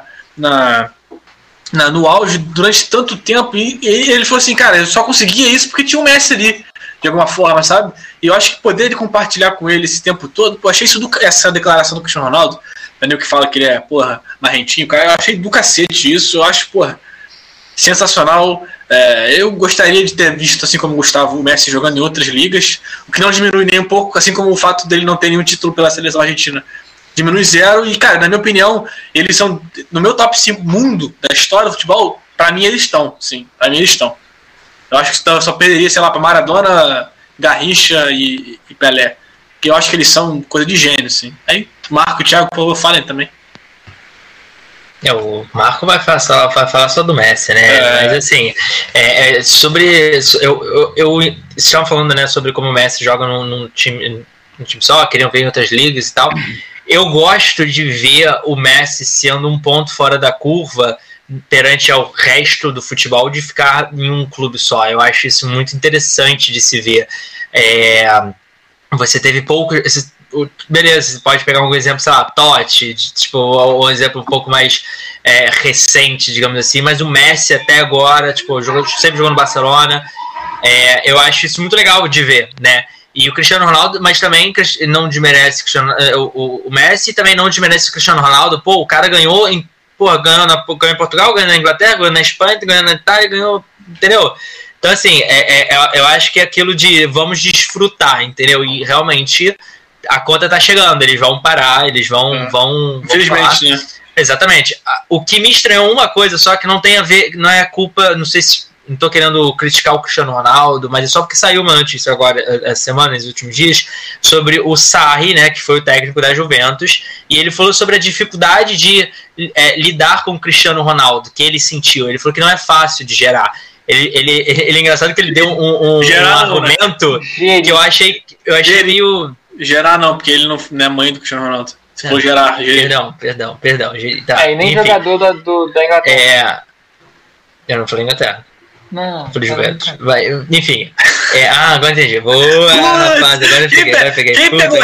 no auge durante tanto tempo, e ele falou assim, cara, eu só conseguia isso porque tinha um Messi ali, de alguma forma, sabe? E eu acho que poder de compartilhar com ele esse tempo todo, achei essa declaração do Cristiano Ronaldo, Daniel que fala que ele é, marrentinho, cara, eu achei do cacete isso, eu acho, sensacional. Eu gostaria de ter visto, assim como o Gustavo, o Messi jogando em outras ligas, o que não diminui nem um pouco, assim como o fato dele não ter nenhum título pela seleção argentina diminui 0, e, cara, na minha opinião, eles são, no meu top 5 mundo da história do futebol, pra mim eles estão, sim, pra mim eles estão. Eu acho que só perderia, sei lá, pra Maradona, Garrincha e Pelé, porque eu acho que eles são coisa de gênio, assim. Aí, Marco e Thiago, por favor, falem também. O Marco vai falar só do Messi, né? Mas assim, vocês estavam falando, né, sobre como o Messi joga num time só, queriam ver em outras ligas e tal. Eu gosto de ver o Messi sendo um ponto fora da curva perante ao resto do futebol, de ficar em um clube só. Eu acho isso muito interessante de se ver. Você teve pouco... Beleza, você pode pegar um exemplo, sei lá, Totti, tipo, um exemplo um pouco mais recente, digamos assim, mas o Messi até agora, tipo, sempre jogou no Barcelona. Eu acho isso muito legal de ver, né? E o Cristiano Ronaldo, mas também não desmerece o Messi, também não desmerece o Cristiano Ronaldo. Pô, o cara ganhou em Portugal, ganhou na Inglaterra, ganhou na Espanha, ganhou na Itália, ganhou, entendeu? Então, assim, eu acho que é aquilo de vamos desfrutar, entendeu? E realmente a conta tá chegando, eles vão parar, eles vão infelizmente, né? Exatamente. O que me estranhou uma coisa, só que não tem a ver, não é culpa, não sei se não tô querendo criticar o Cristiano Ronaldo, mas é só porque saiu uma notícia agora, essa semana, nos últimos dias, sobre o Sarri, né, que foi o técnico da Juventus, e ele falou sobre a dificuldade de lidar com o Cristiano Ronaldo, que ele sentiu. Ele falou que não é fácil de gerar. Ele é engraçado que ele deu um argumento, né, que eu achei meio... Gerar não, porque ele não é mãe do Cristiano Ronaldo. Se for gerar... Perdão. Tá, e nem enfim, jogador da Inglaterra. Eu não falei Inglaterra. Não. Falei Juventus. Vai, enfim. Agora entendi. Boa, rapaz, agora eu peguei.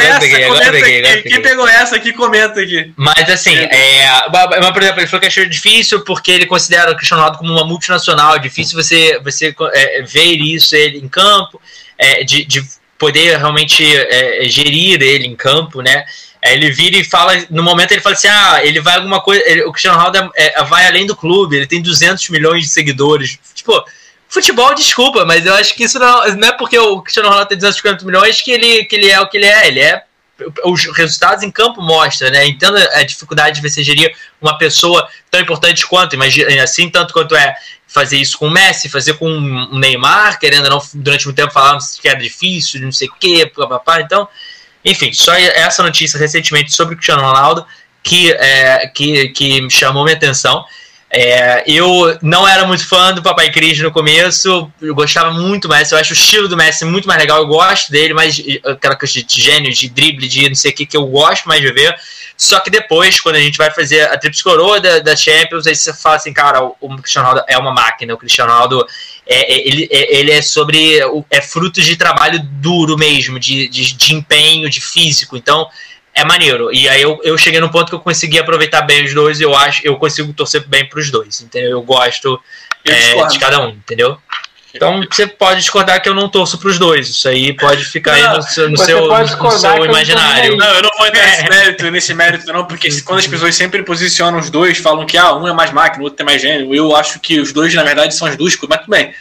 Quem pegou essa aqui, comenta aqui. Mas assim, por exemplo, ele falou que achou difícil porque ele considera o Cristiano Ronaldo como uma multinacional. É difícil você ver isso, ele em campo, de poder realmente gerir ele em campo, né? Ele vira e fala, no momento ele fala assim, ele vai alguma coisa, o Cristiano Ronaldo vai além do clube, ele tem 200 milhões de seguidores. Tipo, futebol, desculpa, mas eu acho que isso não é porque o Cristiano Ronaldo tem 250 milhões que ele é o que ele é. Os resultados em campo mostram, né? Entendo a dificuldade de você gerir uma pessoa tão importante quanto, imagina, assim, tanto quanto fazer isso com o Messi, fazer com o Neymar, querendo ou não, durante muito tempo falaram que era difícil, não sei o quê, papapá, então... Enfim, só essa notícia recentemente sobre o Cristiano Ronaldo que me chamou minha atenção. Eu não era muito fã do Papai Cris no começo, eu gostava muito do Messi, eu acho o estilo do Messi muito mais legal, eu gosto dele, mas aquela coisa de gênio, de drible, de não sei o que eu gosto mais de ver. Só que depois, quando a gente vai fazer a Tríplice Coroa da Champions, aí você fala assim, cara, o Cristiano Ronaldo é uma máquina, o Cristiano Ronaldo ele é fruto de trabalho duro mesmo, de empenho, de físico, então é maneiro. E aí eu cheguei num ponto que eu consegui aproveitar bem os dois, e eu consigo torcer bem pros dois, entendeu? Eu gosto de cada um, entendeu? Então você pode discordar que eu não torço pros dois, isso aí pode ficar aí no seu imaginário. Não, eu não vou entrar nesse mérito não, porque quando as pessoas sempre posicionam os dois, falam que um é mais máquina, o outro tem mais gênio, eu acho que os dois na verdade são as duas coisas, mas tudo bem.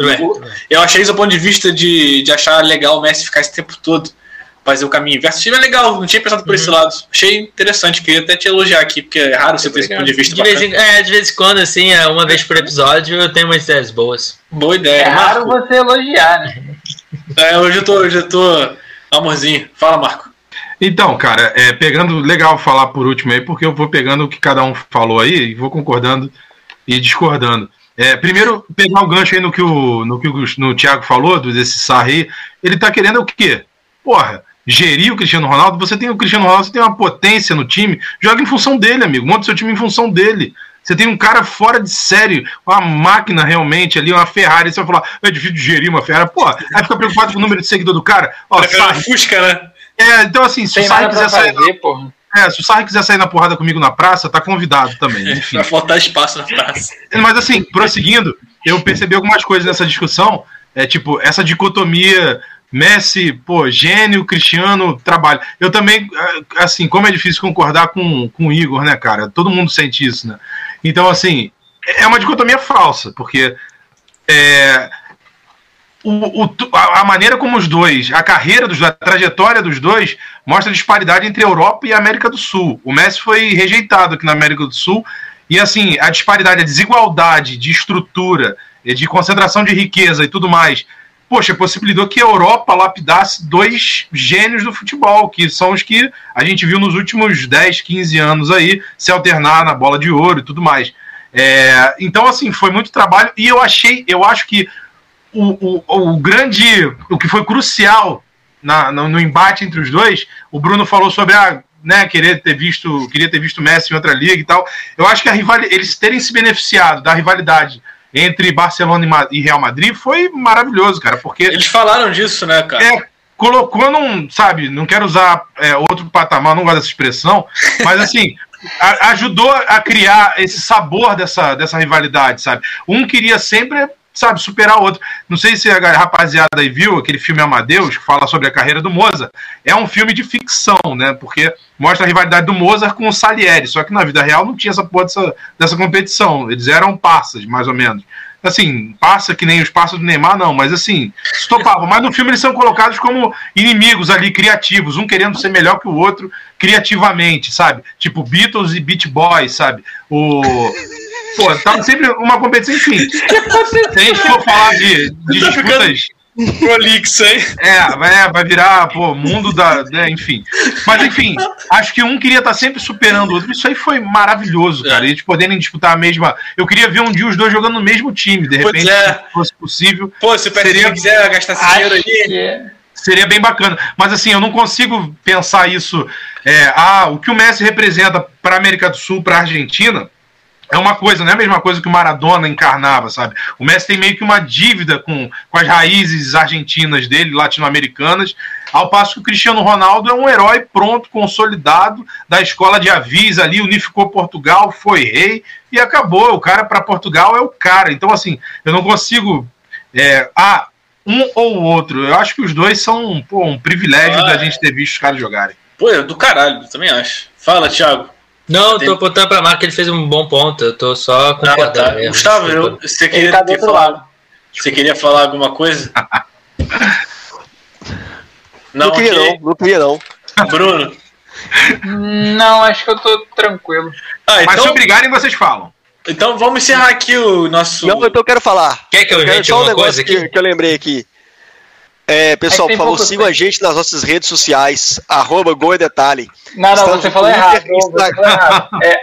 Eu achei isso do ponto de vista de achar legal o Messi ficar esse tempo todo, fazer o caminho inverso. Achei legal, não tinha pensado por esse lado. Achei interessante, queria até te elogiar aqui, porque é raro você ter esse ponto de vista. De vez em quando, assim, uma vez por episódio, eu tenho umas ideias boas. Boa ideia. É raro você elogiar, né? Hoje eu tô amorzinho. Fala, Marco. Então, cara, pegando, legal falar por último aí, porque eu vou pegando o que cada um falou aí e vou concordando e discordando. Primeiro, pegar o gancho aí no que o Thiago falou, desse Sarri, ele tá querendo o quê? Porra, gerir o Cristiano Ronaldo, você tem o Cristiano Ronaldo, você tem uma potência no time, joga em função dele, amigo, monta seu time em função dele. Você tem um cara fora de série, uma máquina realmente ali, uma Ferrari, você vai falar, é difícil de gerir uma Ferrari, pô, aí fica preocupado com o número de seguidor do cara. Fusca, né? Então assim, se o Sarri quiser sair... se o Sarri quiser sair na porrada comigo na praça, tá convidado também, enfim. Vai faltar espaço na praça. Mas assim, prosseguindo, eu percebi algumas coisas nessa discussão, tipo, essa dicotomia... Messi, gênio, Cristiano, trabalho. Eu também, assim, como é difícil concordar com o Igor, né, cara? Todo mundo sente isso, né? Então, assim, é uma dicotomia falsa, porque a maneira como os dois, a carreira dos dois, a trajetória dos dois, mostra a disparidade entre a Europa e a América do Sul. O Messi foi rejeitado aqui na América do Sul, e, assim, a disparidade, a desigualdade de estrutura, de concentração de riqueza e tudo mais, possibilitou que a Europa lapidasse dois gênios do futebol, que são os que a gente viu nos últimos 10, 15 anos aí, se alternar na bola de ouro e tudo mais. Então, assim, foi muito trabalho, e eu acho que o que foi crucial no embate entre os dois, o Bruno falou sobre queria ter visto Messi em outra liga e tal. Eu acho que eles terem se beneficiado da rivalidade entre Barcelona e Real Madrid foi maravilhoso, cara, porque... Eles falaram disso, né, cara? Colocou não quero usar outro patamar, não gosto dessa expressão, mas assim, ajudou a criar esse sabor dessa rivalidade, sabe? Um queria sempre sabe, superar o outro. Não sei se a rapaziada aí viu aquele filme Amadeus, que fala sobre a carreira do Mozart. É um filme de ficção, né? Porque mostra a rivalidade do Mozart com o Salieri. Só que na vida real não tinha essa porra dessa competição. Eles eram parças, mais ou menos. Assim, parça que nem os parças do Neymar, não, mas assim, se topavam. Mas no filme eles são colocados como inimigos ali, criativos, um querendo ser melhor que o outro criativamente, sabe? Tipo Beatles e Beach Boys, sabe? Pô, tava sempre uma competição, enfim. Se a gente for falar de disputas... Prolixo, hein? Vai virar, pô, mundo da... enfim. Mas, enfim, acho que um queria estar sempre superando o outro. Isso aí foi maravilhoso, cara. Eles poderem disputar a mesma... Eu queria ver um dia os dois jogando no mesmo time, de repente, se fosse possível. Pô, se o PSG quiser gastar esse dinheiro aí... Seria bem bacana. Mas, assim, eu não consigo pensar isso... o que o Messi representa para a América do Sul, para a Argentina... É uma coisa, não é a mesma coisa que o Maradona encarnava, sabe? O Messi tem meio que uma dívida com as raízes argentinas dele, latino-americanas, ao passo que o Cristiano Ronaldo é um herói pronto, consolidado, da escola de Avis ali, unificou Portugal, foi rei e acabou. O cara para Portugal é o cara. Então, assim, eu não consigo... um ou outro. Eu acho que os dois são um privilégio da gente ter visto os caras jogarem. Pô, é do caralho, também acho. Fala, Thiago. Não, tô apontando pra Marco que ele fez um bom ponto. Eu tô só concordando. Tá. Gustavo, você queria Você queria falar alguma coisa? Não queria não. Bruno? Não, acho que eu tô tranquilo. Mas se obrigarem, vocês falam. Então vamos encerrar aqui o nosso... Não, então eu quero falar. Quer que eu invente só um alguma negócio coisa aqui? que eu lembrei aqui. Pessoal, por favor, sigam a gente nas nossas redes sociais, @goedetalhe. Não, você falou errado. É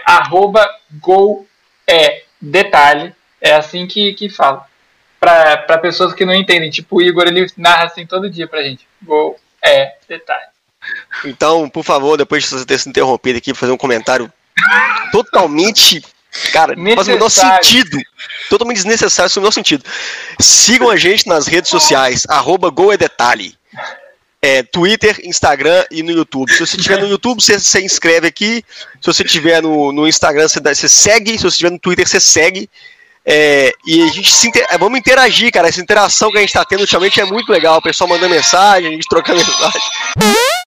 @goedetalhe. É assim que fala. Pra pessoas que não entendem. Tipo, o Igor, ele narra assim todo dia pra gente. Goedetalhe. Então, por favor, depois de você ter se interrompido aqui, fazer um comentário totalmente... Cara, faz o menor sentido. Totalmente desnecessário, faz o menor sentido. Sigam a gente nas redes sociais, @goedetalhe. Twitter, Instagram e no YouTube. Se você estiver no YouTube, você se inscreve aqui. Se você estiver no Instagram, você segue. Se você estiver no Twitter, você segue. E a gente vamos interagir, cara. Essa interação que a gente está tendo ultimamente é muito legal. O pessoal mandando mensagem, a gente trocando mensagem.